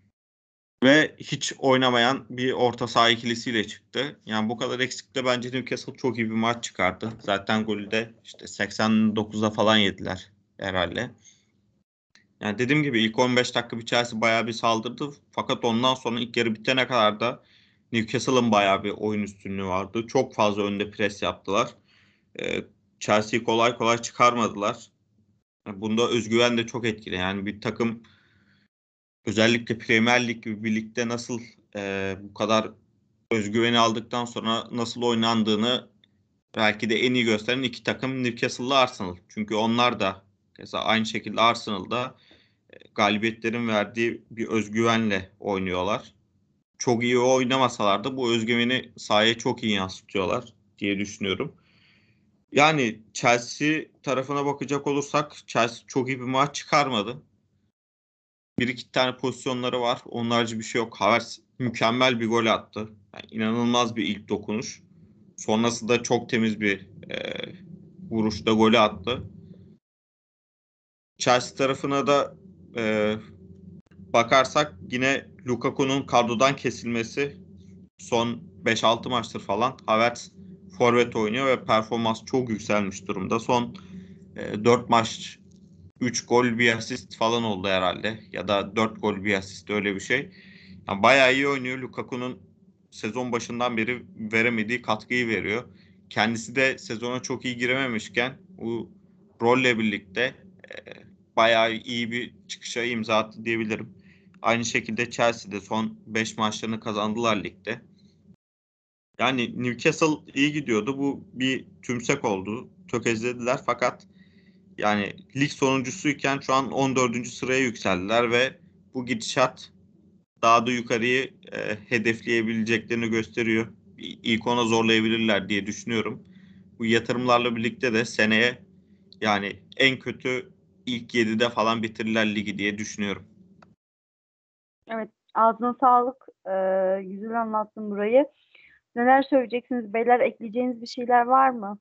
Ve hiç oynamayan bir orta saha ikilisiyle çıktı. Yani bu kadar eksikte bence Newcastle çok iyi bir maç çıkardı. Zaten golü de işte 89'a falan yediler herhalde. Yani dediğim gibi ilk 15 dakika bir Chelsea bayağı bir saldırdı. Fakat ondan sonra ilk yarı bitene kadar da Newcastle'ın bayağı bir oyun üstünlüğü vardı. Çok fazla önde pres yaptılar. Chelsea'yi kolay kolay çıkarmadılar. Bunda özgüven de çok etkili. Yani bir takım özellikle Premier Lig gibi bir ligde nasıl bu kadar özgüveni aldıktan sonra nasıl oynandığını belki de en iyi gösteren iki takım Newcastle'la Arsenal. Çünkü onlar da mesela aynı şekilde Arsenal'da galibiyetlerin verdiği bir özgüvenle oynuyorlar. Çok iyi oynamasalar da bu özgüveni sahaya çok iyi yansıtıyorlar diye düşünüyorum. Yani Chelsea tarafına bakacak olursak Chelsea çok iyi bir maç çıkarmadı. Bir iki tane pozisyonları var. Onlarca bir şey yok. Havertz mükemmel bir gol attı. Yani inanılmaz bir ilk dokunuş. Sonrası da çok temiz bir vuruşta golü attı. Chelsea tarafına da e, bakarsak yine Lukaku'nun kadrodan kesilmesi son 5-6 maçtır falan. Havertz forvet oynuyor ve performans çok yükselmiş durumda. Son 4 maç 3 gol bir asist falan oldu herhalde. Ya da 4 gol bir asist öyle bir şey. Yani bayağı iyi oynuyor. Lukaku'nun sezon başından beri veremediği katkıyı veriyor. Kendisi de sezona çok iyi girememişken bu rolle birlikte bayağı iyi bir çıkışa imza attı diyebilirim. Aynı şekilde Chelsea'de son 5 maçlarını kazandılar ligde. Yani Newcastle iyi gidiyordu. Bu bir tümsek oldu. Tökezlediler fakat yani lig sonuncusuyken şu an 14. sıraya yükseldiler ve bu gidişat daha da yukarıyı hedefleyebileceklerini gösteriyor. İlk ona zorlayabilirler diye düşünüyorum. Bu yatırımlarla birlikte de seneye yani en kötü ilk 7'de falan bitirirler ligi diye düşünüyorum. Evet, ağzına sağlık. Güzel anlattın burayı. Neler söyleyeceksiniz beyler? Ekleyeceğiniz bir şeyler var mı?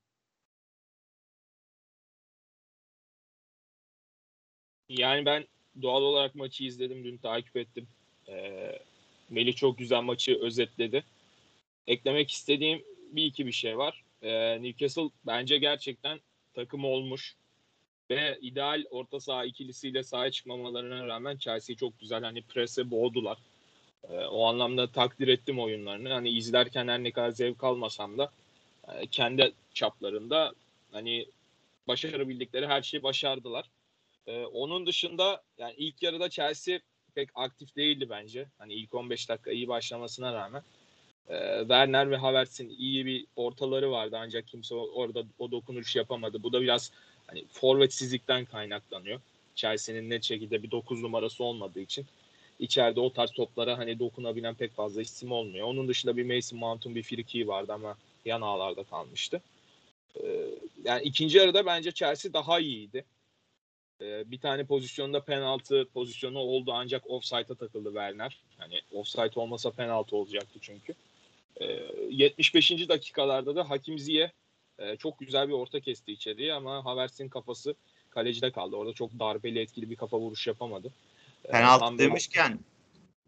Yani ben doğal olarak maçı izledim, dün takip ettim. Melih çok güzel maçı özetledi. Eklemek istediğim bir iki bir şey var. Newcastle bence gerçekten takım olmuş ve ideal orta saha ikilisiyle sahaya çıkmamalarına rağmen Chelsea'yi çok güzel hani prese boğdular. O anlamda takdir ettim oyunlarını. Hani izlerken her ne kadar zevk almasam da kendi çaplarında hani başarabildikleri her şeyi başardılar. Onun dışında yani ilk yarıda Chelsea pek aktif değildi bence. Hani ilk 15 dakika iyi başlamasına rağmen. Werner ve Havertz'in iyi bir ortaları vardı ancak kimse orada o dokunuş yapamadı. Bu da biraz hani forvetsizlikten kaynaklanıyor. Chelsea'nin net şekilde bir 9 numarası olmadığı için içeride o tarz toplara hani dokunabilen pek fazla isim olmuyor. Onun dışında bir Mason Mount'un bir frikii vardı ama yan ağlarda kalmıştı. Yani ikinci yarıda bence Chelsea daha iyiydi. Bir tane pozisyonda penaltı pozisyonu oldu ancak offside'a takıldı Werner. Yani offside olmasa penaltı olacaktı çünkü. 75. dakikalarda da Hakim Ziyech çok güzel bir orta kesti içeriye ama Havertz'in kafası kalecide kaldı. Orada çok darbeli etkili bir kafa vuruş yapamadı. Penaltı Tam böyle demişken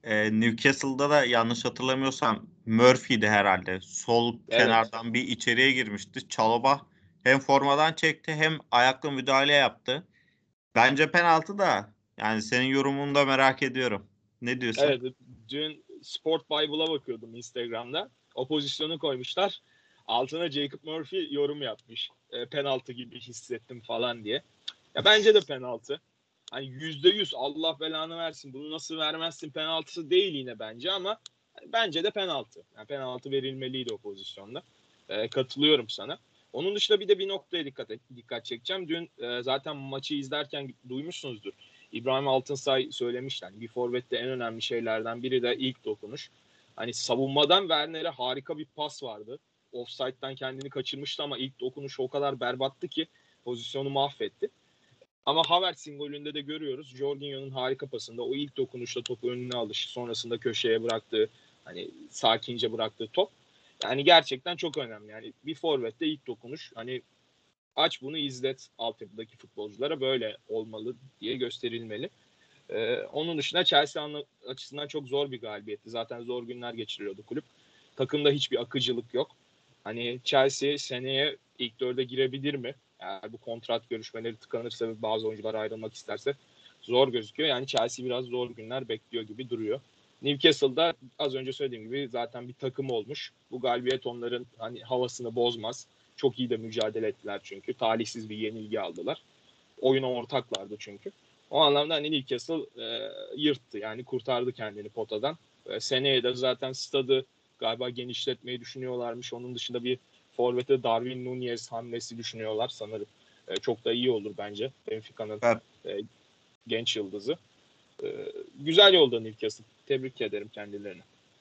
Newcastle'da da yanlış hatırlamıyorsam Murphy'di herhalde. Sol Evet. kenardan bir içeriye girmişti. Chalobah hem formadan çekti hem ayakla müdahale yaptı. Bence penaltı da yani senin yorumunu da merak ediyorum. Ne diyorsun? Evet, dün Sport Bible'a bakıyordum Instagram'da. O pozisyonu koymuşlar. Altına Jacob Murphy yorum yapmış. Penaltı gibi hissettim falan diye. Ya bence de penaltı. Hani %100 Allah belanı versin. Bunu nasıl vermezsin penaltısı değil yine bence ama bence de penaltı. Yani penaltı verilmeliydi o pozisyonda. Katılıyorum sana. Onun dışında bir de bir noktaya dikkat çekeceğim. Dün zaten maçı izlerken duymuşsunuzdur. İbrahim Altınsay söylemişti. Yani bir forvette en önemli şeylerden biri de ilk dokunuş. Hani savunmadan Werner'e harika bir pas vardı. Offside'dan kendini kaçırmıştı ama ilk dokunuş o kadar berbattı ki pozisyonu mahvetti. Ama Havertz'in golünde de görüyoruz. Jorginho'nun harika pasında o ilk dokunuşta topu önüne alışı, sonrasında köşeye bıraktığı, hani sakince bıraktığı top. Yani gerçekten çok önemli. Yani bir forvette ilk dokunuş, hani aç bunu izlet, altyapıdaki futbolculara böyle olmalı diye gösterilmeli. Onun dışında Chelsea açısından çok zor bir galibiyetti. Zaten zor günler geçiriyordu kulüp. Takımda hiçbir akıcılık yok. Hani Chelsea seneye ilk dörde girebilir mi? Eğer bu kontrat görüşmeleri tıkanırsa ve bazı oyuncular ayrılmak isterse zor gözüküyor. Yani Chelsea biraz zor günler bekliyor gibi duruyor. Newcastle'da az önce söylediğim gibi zaten bir takım olmuş. Bu galibiyet onların hani havasını bozmaz. Çok iyi de mücadele ettiler çünkü. Talihsiz bir yenilgi aldılar. Oyuna ortaklardı çünkü. O anlamda hani Newcastle yırttı. Yani kurtardı kendini potadan. Seneye de zaten stadı galiba genişletmeyi düşünüyorlarmış. Onun dışında bir forvete Darwin Nunez hamlesi düşünüyorlar sanırım. Çok da iyi olur bence. Benfica'nın Evet. genç yıldızı. Güzel yolda Newcastle. Tebrik ederim kendilerini.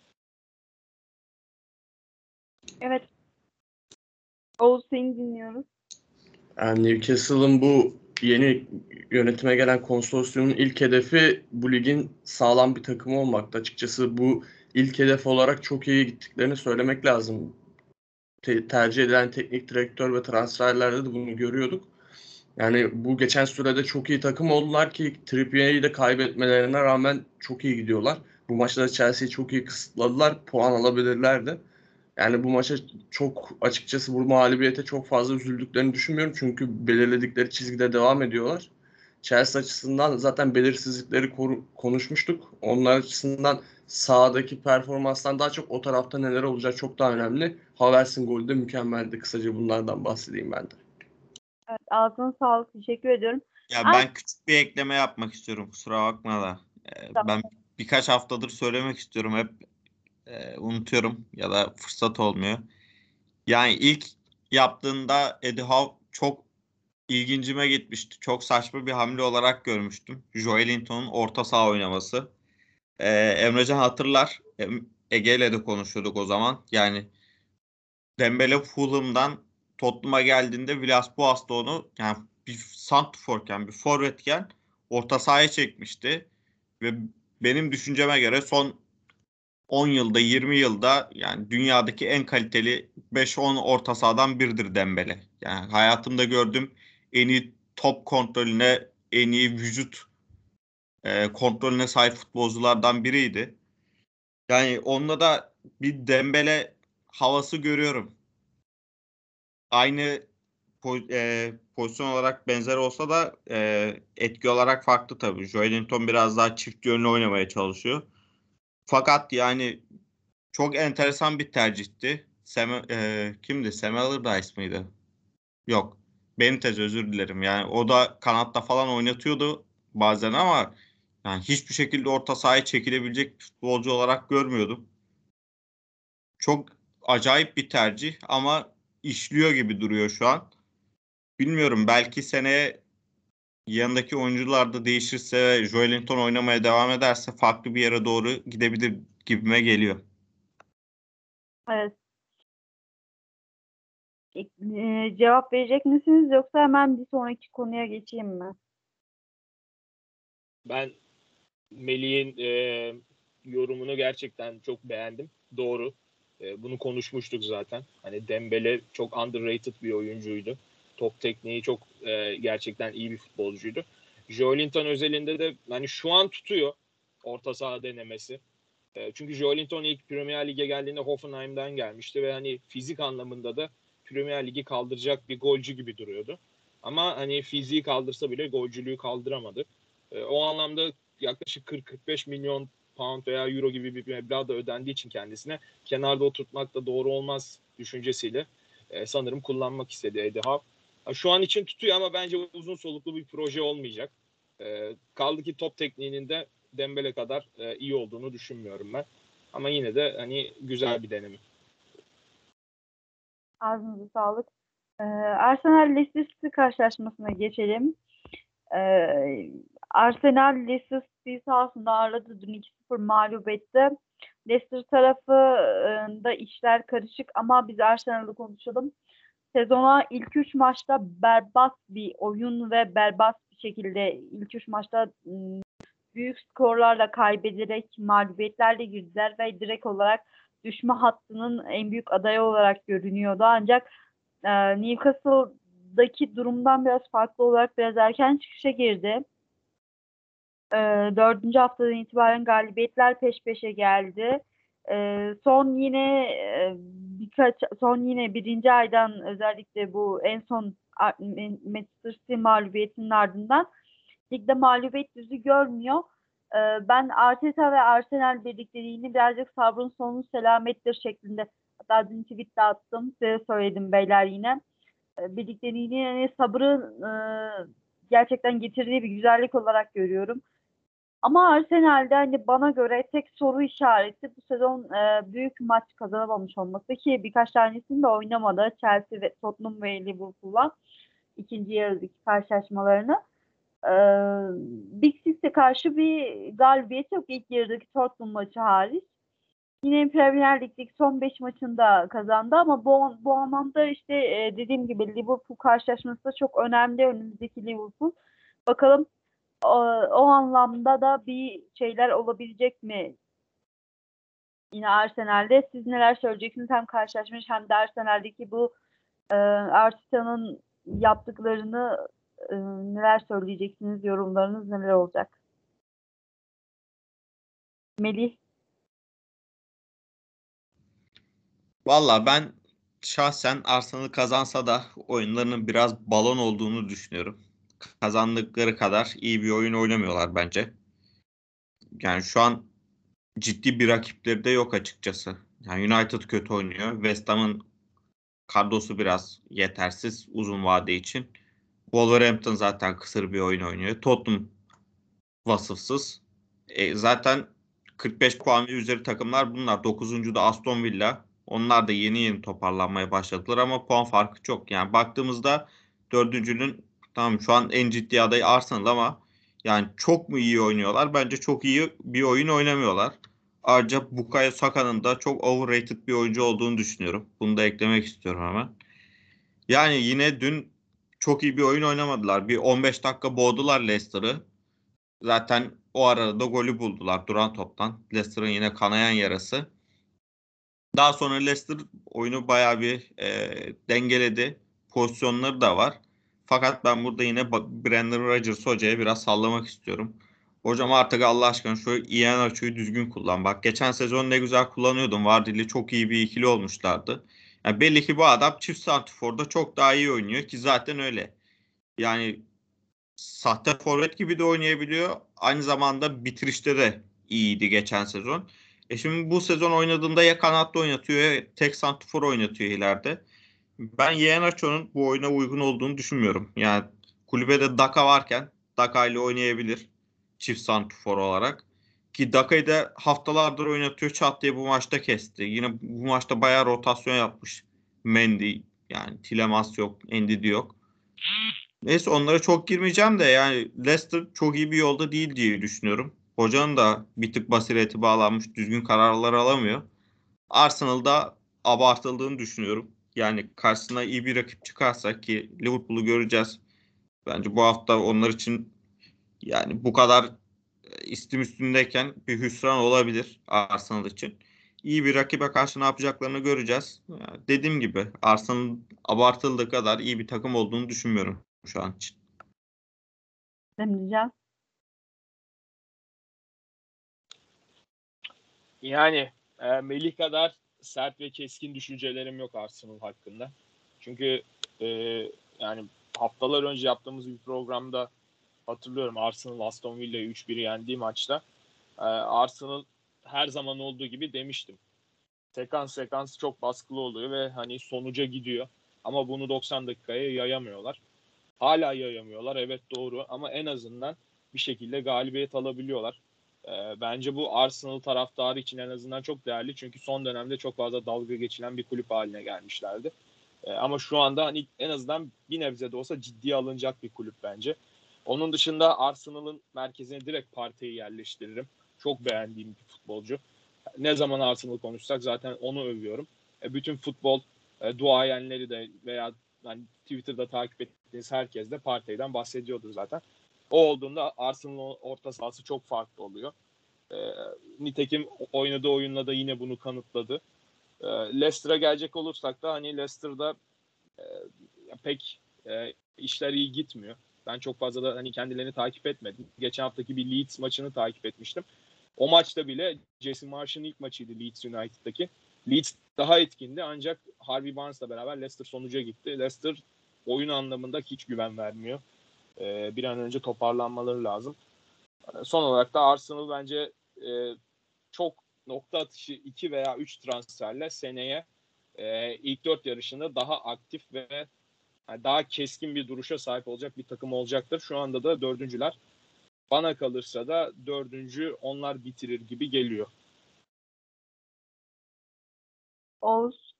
Evet. Oğuz, seni dinliyoruz. Yani Newcastle'ın bu yeni yönetime gelen konsorsiyumun ilk hedefi bu ligin sağlam bir takımı olmakta. Açıkçası bu ilk hedef olarak çok iyi gittiklerini söylemek lazım. Tercih edilen teknik direktör ve transferlerde de bunu görüyorduk. Yani bu geçen sürede çok iyi takım oldular ki Trippier'i de kaybetmelerine rağmen çok iyi gidiyorlar. Bu maçta da Chelsea'yi çok iyi kısıtladılar. Puan alabilirlerdi. Yani bu maça çok açıkçası bu mağlubiyete çok fazla üzüldüklerini düşünmüyorum. Çünkü belirledikleri çizgide devam ediyorlar. Chelsea açısından zaten belirsizlikleri konuşmuştuk. Onlar açısından sahadaki performanstan daha çok o tarafta neler olacak çok daha önemli. Havertz'in golü de mükemmeldi. Kısaca bunlardan bahsedeyim ben de. Evet, ağzına sağlık. Teşekkür ediyorum. Ya ben küçük bir ekleme yapmak istiyorum, kusura bakma da. Ben birkaç haftadır söylemek istiyorum, hep unutuyorum ya da fırsat olmuyor. Yani ilk yaptığında Eddie Howe çok ilgincime gitmişti. Çok saçma bir hamle olarak görmüştüm. Joelinton'un orta saha oynaması. Emrecan hatırlar. Ege'yle de konuşuyorduk o zaman. Yani Dembele Fulham'dan Tottenham'a geldiğinde Villas-Boas'ta onu yani bir santrforken, bir forvetken orta sahaya çekmişti. Ve benim düşünceme göre son 10 yılda 20 yılda yani dünyadaki en kaliteli 5-10 orta sahadan biridir Dembele. Yani hayatımda gördüğüm en iyi top kontrolüne, en iyi vücut kontrolüne sahip futbolculardan biriydi. Yani onunla da bir Dembele havası görüyorum. Aynı pozisyon olarak benzer olsa da etki olarak farklı tabii. Joelinton biraz daha çift yönlü oynamaya çalışıyor. Fakat yani çok enteresan bir tercihti. Kimdi? Sam Allardyce mıydı? Yok. Benitez, özür dilerim. Yani o da kanatta falan oynatıyordu bazen ama yani hiçbir şekilde orta sahaya çekilebilecek bir futbolcu olarak görmüyordum. Çok acayip bir tercih ama işliyor gibi duruyor şu an. Bilmiyorum, belki seneye yanındaki oyuncular da değişirse ve Joelinton oynamaya devam ederse farklı bir yere doğru gidebilir gibime geliyor. Evet. Cevap verecek misiniz yoksa hemen bir sonraki konuya geçeyim mi? Ben Melih'in yorumunu gerçekten çok beğendim. Doğru. Bunu konuşmuştuk zaten. Hani Dembele çok underrated bir oyuncuydu. Top tekniği çok gerçekten iyi bir futbolcuydu. Joelinton özelinde de hani şu an tutuyor orta saha denemesi. Çünkü Joelinton ilk Premier Lig'e geldiğinde Hoffenheim'den gelmişti ve hani fizik anlamında da Premier Lig'i kaldıracak bir golcü gibi duruyordu. Ama hani fiziği kaldırsa bile golcülüğü kaldıramadı. O anlamda yaklaşık 40-45 milyon pound veya euro gibi bir meblağ da ödendiği için kendisine kenarda oturtmak da doğru olmaz düşüncesiyle sanırım kullanmak istedi Eddie Howe. Şu an için tutuyor ama bence uzun soluklu bir proje olmayacak. Kaldı ki top tekniğinin de Dembele kadar iyi olduğunu düşünmüyorum ben. Ama yine de hani güzel bir deneme. Ağzınıza sağlık. Arsenal Leicester City karşılaşmasına geçelim. Arsenal Leicester City sahasında ağırladı. Dün 2-0 mağlup etti. Leicester tarafında işler karışık ama biz Arsenal'ı konuşalım. Sezona ilk 3 maçta berbat bir oyun ve berbat bir şekilde ilk 3 maçta büyük skorlarla kaybederek mağlubiyetlerle girdiler ve direkt olarak düşme hattının en büyük adayı olarak görünüyordu. Ancak Newcastle'daki durumdan biraz farklı olarak biraz erken çıkışa girdi. 4. haftadan itibaren galibiyetler peş peşe geldi. Son yine birinci aydan özellikle bu en son Manchester City mağlubiyetinin ardından ligde mağlubiyet yüzü görmüyor. Ben Arteta ve Arsenal birlikteliğini birazcık sabrın sonu selamettir şeklinde, hatta dün tweet de attım, size söyledim beyler yine. Birlikteliğini yani sabrın gerçekten getirdiği bir güzellik olarak görüyorum. Ama Arsenal'de hani bana göre tek soru işareti bu sezon büyük maç kazanamamış olması ki birkaç tanesini de oynamadı. Chelsea ve Tottenham ve Liverpool'la ikinci yarıdaki karşılaşmalarını. Big Six'e karşı bir galibiyet yok ilk yarıdaki Tottenham maçı hariç. Yine Premier Lig'deki son 5 maçında kazandı ama bu anlamda işte dediğim gibi Liverpool karşılaşması da çok önemli, önümüzdeki Liverpool. Bakalım o anlamda da bir şeyler olabilecek mi yine Arsenal'de? Siz neler söyleyeceksiniz hem karşılaşmış hem de Arsenal'deki bu Arteta'nın yaptıklarını neler söyleyeceksiniz? Yorumlarınız neler olacak? Melih? Valla ben şahsen Arsenal kazansa da oyunlarının biraz balon olduğunu düşünüyorum. Kazandıkları kadar iyi bir oyun oynamıyorlar bence. Yani şu an ciddi bir rakipleri de yok açıkçası. Yani United kötü oynuyor. West Ham'ın kadrosu biraz yetersiz uzun vade için. Wolverhampton zaten kısır bir oyun oynuyor. Tottenham vasıfsız. Zaten 45 puan ve üzeri takımlar bunlar. 9. da Aston Villa. Onlar da yeni toparlanmaya başladılar ama puan farkı çok. Yani baktığımızda dördüncünün tamam şu an en ciddi adayı Arsenal ama yani çok mu iyi oynuyorlar? Bence çok iyi bir oyun oynamıyorlar. Ayrıca Bukayo Saka'nın da çok overrated bir oyuncu olduğunu düşünüyorum. Bunu da eklemek istiyorum hemen. Yani yine dün çok iyi bir oyun oynamadılar. Bir 15 dakika boğdular Leicester'ı. Zaten o arada da golü buldular duran toptan. Leicester'ın yine kanayan yarası. Daha sonra Leicester oyunu bayağı bir dengeledi. Pozisyonları da var. Fakat ben burada yine Brendan Rodgers hocaya biraz sallamak istiyorum. Hocam artık Allah aşkına şu Iheanacho'yu düzgün kullan. Bak geçen sezon ne güzel kullanıyordun. Vardy'li çok iyi bir ikili olmuşlardı. Yani belli ki bu adam çift santrforda çok daha iyi oynuyor ki zaten öyle. Yani sahte forvet gibi de oynayabiliyor. Aynı zamanda bitirişte de iyiydi geçen sezon. Şimdi bu sezon oynadığında ya kanatta oynatıyor ya tek santrfor oynatıyor ileride. Ben Iheanacho'nun bu oyuna uygun olduğunu düşünmüyorum. Yani kulübede Daka varken Daka ile oynayabilir çift santrfor olarak. Ki Daka'yı da haftalardır oynatıyor. Çat diye bu maçta kesti. Yine bu maçta bayağı rotasyon yapmış. Mendy yani Tielemans yok, Ndidi yok. Neyse onlara çok girmeyeceğim de yani Leicester çok iyi bir yolda değil diye düşünüyorum. Hocanın da bir tık basireti bağlanmış, düzgün kararlar alamıyor. Arsenal'da abartıldığını düşünüyorum. Yani karşısına iyi bir rakip çıkarsa ki Liverpool'u göreceğiz. Bence bu hafta onlar için yani bu kadar istim üstündeyken bir hüsran olabilir Arsenal için. İyi bir rakibe karşı ne yapacaklarını göreceğiz. Yani dediğim gibi Arsenal abartıldığı kadar iyi bir takım olduğunu düşünmüyorum şu an için. Demeyeceğim. Yani Melih kadar sert ve keskin düşüncelerim yok Arsenal hakkında. Çünkü yani haftalar önce yaptığımız bir programda hatırlıyorum, Arsenal Aston Villa'yı 3-1 yendiği maçta Arsenal her zaman olduğu gibi demiştim. Sekans çok baskılı oluyor ve hani sonuca gidiyor. Ama bunu 90 dakikaya yayamıyorlar. Hala yayamıyorlar, evet doğru, ama en azından bir şekilde galibiyet alabiliyorlar. Bence bu Arsenal taraftarı için en azından çok değerli. Çünkü son dönemde çok fazla dalga geçilen bir kulüp haline gelmişlerdi. Ama şu anda hani en azından bir nebze de olsa ciddiye alınacak bir kulüp bence. Onun dışında Arsenal'ın merkezine direkt Partey'i yerleştiririm. Çok beğendiğim bir futbolcu. Ne zaman Arsenal konuşsak zaten onu övüyorum. Bütün futbol duayenleri de veya hani Twitter'da takip ettiğiniz herkes de Partey'den bahsediyordu zaten. O olduğunda Arsenal'ın orta sahası çok farklı oluyor. Nitekim oynadığı oyunla da yine bunu kanıtladı. Leicester'a gelecek olursak da hani Leicester'da pek işler iyi gitmiyor. Ben çok fazla da hani kendilerini takip etmedim. Geçen haftaki bir Leeds maçını takip etmiştim. O maçta bile Jesse Marsh'ın ilk maçıydı Leeds United'daki. Leeds daha etkindi ancak Harvey Barnes'la beraber Leicester sonuca gitti. Leicester oyun anlamında hiç güven vermiyor. Bir an önce toparlanmaları lazım. Son olarak da Arsenal bence çok nokta atışı 2 veya 3 transferle seneye ilk 4 yarışında daha aktif ve daha keskin bir duruşa sahip olacak bir takım olacaktır. Şu anda da dördüncüler. Bana kalırsa da dördüncü onlar bitirir gibi geliyor. Oğuz.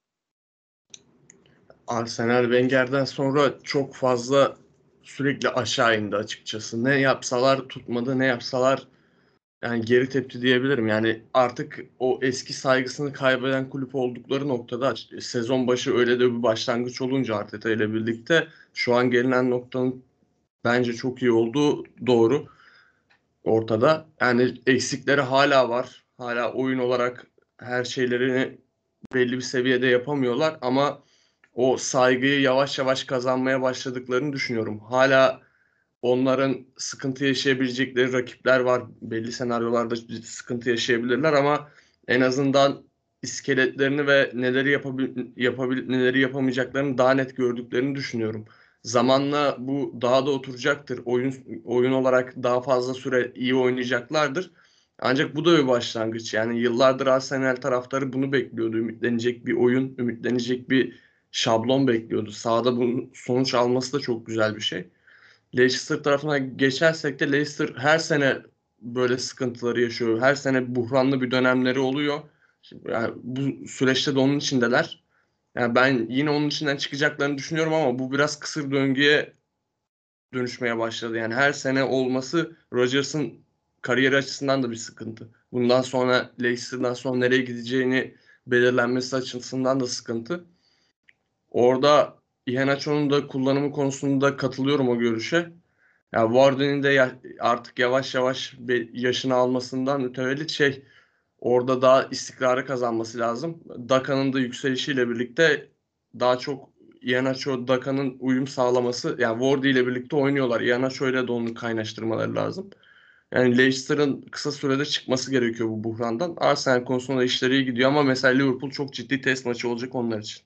Arsenal Wenger'den sonra çok fazla sürekli aşağı indi açıkçası. Ne yapsalar tutmadı, ne yapsalar yani geri tepti diyebilirim. Yani artık o eski saygısını kaybeden kulüp oldukları noktada sezon başı öyle de bir başlangıç olunca Arteta ile birlikte şu an gelinen noktanın bence çok iyi olduğu doğru ortada. Yani eksikleri hala var. Hala oyun olarak her şeylerini belli bir seviyede yapamıyorlar ama o saygıyı yavaş yavaş kazanmaya başladıklarını düşünüyorum. Hala onların sıkıntı yaşayabilecekleri rakipler var. Belli senaryolarda sıkıntı yaşayabilirler ama en azından iskeletlerini ve neleri yapamayacaklarını daha net gördüklerini düşünüyorum. Zamanla bu daha da oturacaktır. Oyun olarak daha fazla süre iyi oynayacaklardır. Ancak bu da bir başlangıç. Yani yıllardır Arsenal taraftarı bunu bekliyordu. Ümitlenecek bir oyun, ümitlenecek bir şablon bekliyordu. Sahada bunun sonuç alması da çok güzel bir şey. Leicester tarafına geçersek de Leicester her sene böyle sıkıntıları yaşıyor. Her sene buhranlı bir dönemleri oluyor. Yani bu süreçte de onun içindeler. Yani ben yine onun içinden çıkacaklarını düşünüyorum ama bu biraz kısır döngüye dönüşmeye başladı. Yani her sene olması Rodgers'ın kariyeri açısından da bir sıkıntı. Bundan sonra Leicester'dan sonra nereye gideceğini belirlenmesi açısından da sıkıntı. Orada Iheanacho'nun da kullanımı konusunda katılıyorum o görüşe. Ya Warden'in de artık yavaş yavaş yaşını almasından mütevellit orada daha istikrarı kazanması lazım. Daka'nın da yükselişiyle birlikte daha çok Iheanacho Daka'nın uyum sağlaması, yani Wardy ile birlikte oynuyorlar. Iheanacho ile de onu kaynaştırmaları lazım. Yani Leicester'ın kısa sürede çıkması gerekiyor bu buhrandan. Arsenal konusunda işleri iyi gidiyor ama mesela Liverpool çok ciddi test maçı olacak onlar için.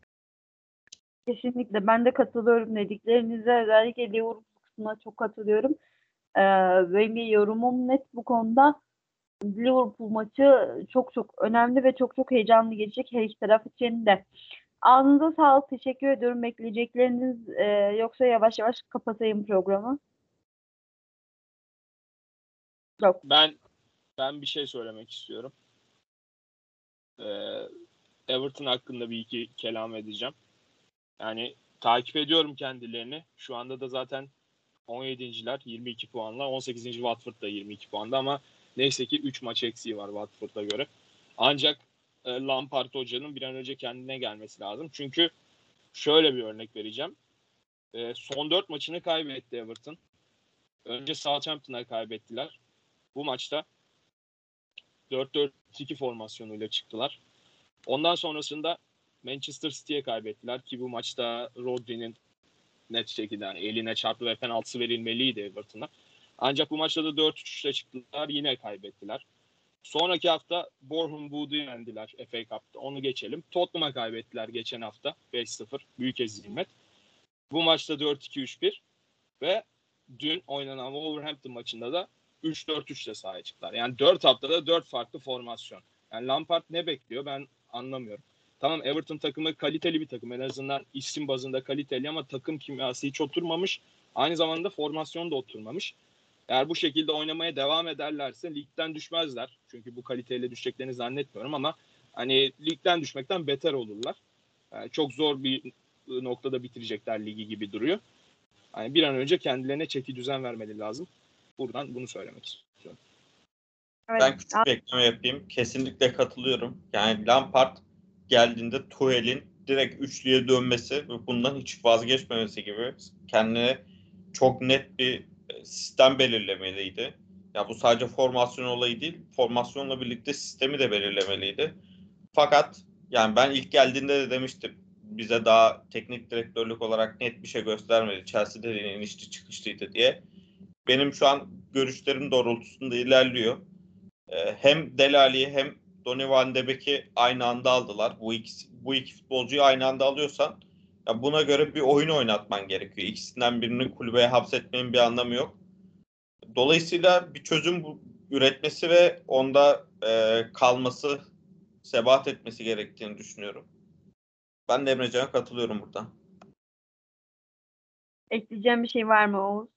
Kesinlikle ben de katılıyorum dediklerinize. Özellikle Liverpool kısmına çok katılıyorum. Benim bir yorumum net bu konuda. Liverpool maçı çok çok önemli ve çok çok heyecanlı geçecek her iki taraf için de. Ağzınıza sağlık. Teşekkür ediyorum. Bekleyecekleriniz yoksa yavaş yavaş kapatayım programı. Yok. Ben bir şey söylemek istiyorum. Everton hakkında bir iki kelam edeceğim. Yani takip ediyorum kendilerini. Şu anda da zaten 17.'ler 22 puanla. 18. Watford da 22 puanda ama neyse ki 3 maç eksiği var Watford'a göre. Ancak Lampard hocanın bir an önce kendine gelmesi lazım. Çünkü şöyle bir örnek vereceğim. Son 4 maçını kaybetti Everton. Önce Southampton'a kaybettiler. Bu maçta 4-4-2 formasyonuyla çıktılar. Ondan sonrasında Manchester City'ye kaybettiler ki bu maçta Rodri'nin net şekilde yani eline çarptı ve penaltısı verilmeliydi Everton'a. Ancak bu maçta da 4-3'le çıktılar, yine kaybettiler. Sonraki hafta Boreham Wood'u yendiler FA Cup'ta. Onu geçelim. Tottenham'a kaybettiler geçen hafta 5-0. Büyük hezimet. Bu maçta 4-2-3-1 ve dün oynanan Wolverhampton maçında da 3-4-3 ile sahaya çıktılar. Yani 4 haftada 4 farklı formasyon. Yani Lampard ne bekliyor ben anlamıyorum. Tamam, Everton takımı kaliteli bir takım. En azından isim bazında kaliteli ama takım kimyası hiç oturmamış. Aynı zamanda formasyon da oturmamış. Eğer bu şekilde oynamaya devam ederlerse ligden düşmezler. Çünkü bu kaliteyle düşeceklerini zannetmiyorum ama hani ligden düşmekten beter olurlar. Yani çok zor bir noktada bitirecekler ligi gibi duruyor. Yani bir an önce kendilerine çeki düzen vermeleri lazım. Buradan bunu söylemek istiyorum. Evet. Ben küçük bir ekleme yapayım. Kesinlikle katılıyorum. Yani Lampard geldiğinde Tuchel'in direkt üçlüye dönmesi ve bundan hiç vazgeçmemesi gibi kendine çok net bir sistem belirlemeliydi. Ya bu sadece formasyon olayı değil, formasyonla birlikte sistemi de belirlemeliydi. Fakat yani ben ilk geldiğinde de demiştim. Bize daha teknik direktörlük olarak net bir şey göstermedi. Chelsea'de de inişli çıkışlıydı diye. Benim şu an görüşlerim doğrultusunda ilerliyor. Hem Delali'yi hem Donny van de Beek'i aynı anda aldılar. Bu iki futbolcuyu aynı anda alıyorsan ya buna göre bir oyun oynatman gerekiyor. İkisinden birini kulübeye hapsetmenin bir anlamı yok. Dolayısıyla bir çözüm üretmesi ve onda kalması, sebat etmesi gerektiğini düşünüyorum. Ben de Emrecan'a katılıyorum burada. Ekleyeceğim bir şey var mı Oğuz?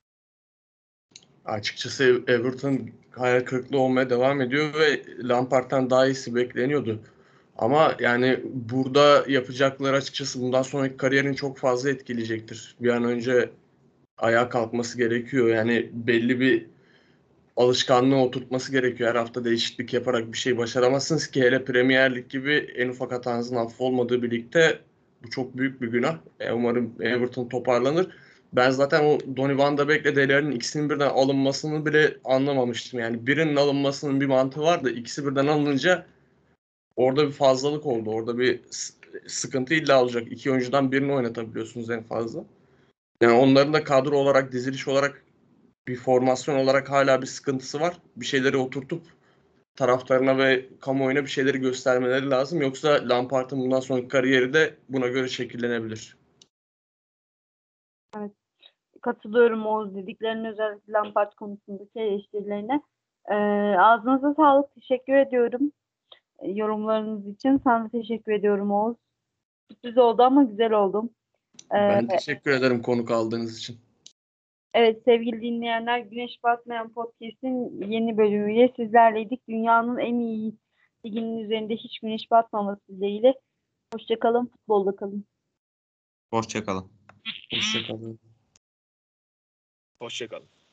Açıkçası Everton hayal kırıklığı olmaya devam ediyor ve Lampard'tan daha iyisi bekleniyordu. Ama yani burada yapacakları açıkçası bundan sonraki kariyerini çok fazla etkileyecektir. Bir an önce ayağa kalkması gerekiyor. Yani belli bir alışkanlığı oturtması gerekiyor. Her hafta değişiklik yaparak bir şey başaramazsınız ki, hele Premier Lig gibi en ufak hatanızın affolmadığı bir ligde bu çok büyük bir günah. Umarım Everton toparlanır. Ben zaten o Donny van de Beek'le Dele'nin ikisinin birden alınmasını bile anlamamıştım. Yani birinin alınmasının bir mantığı var da ikisi birden alınınca orada bir fazlalık oldu. Orada bir sıkıntı illa olacak. İki oyuncudan birini oynatabiliyorsunuz en fazla. Yani onların da kadro olarak, diziliş olarak, bir formasyon olarak hala bir sıkıntısı var. Bir şeyleri oturtup taraftarına ve kamuoyuna bir şeyleri göstermeleri lazım. Yoksa Lampard'ın bundan sonraki kariyeri de buna göre şekillenebilir. Katılıyorum Oğuz dediklerine, özellikle Lampard konusundaki eleştirilerine. Ağzınıza sağlık. Teşekkür ediyorum yorumlarınız için. Sana teşekkür ediyorum Oğuz. Sürpriz oldu ama güzel oldu. Ben teşekkür ederim konuk aldığınız için. Evet sevgili dinleyenler, Güneş Batmayan Podcast'in yeni bölümüyle sizlerleydik. Dünyanın en iyi liginin üzerinde hiç güneş batmaması dileğiyle. Hoşça kalın, futbolda kalın. Hoşçakalın. Hoşçakalın. Hoşçakalın.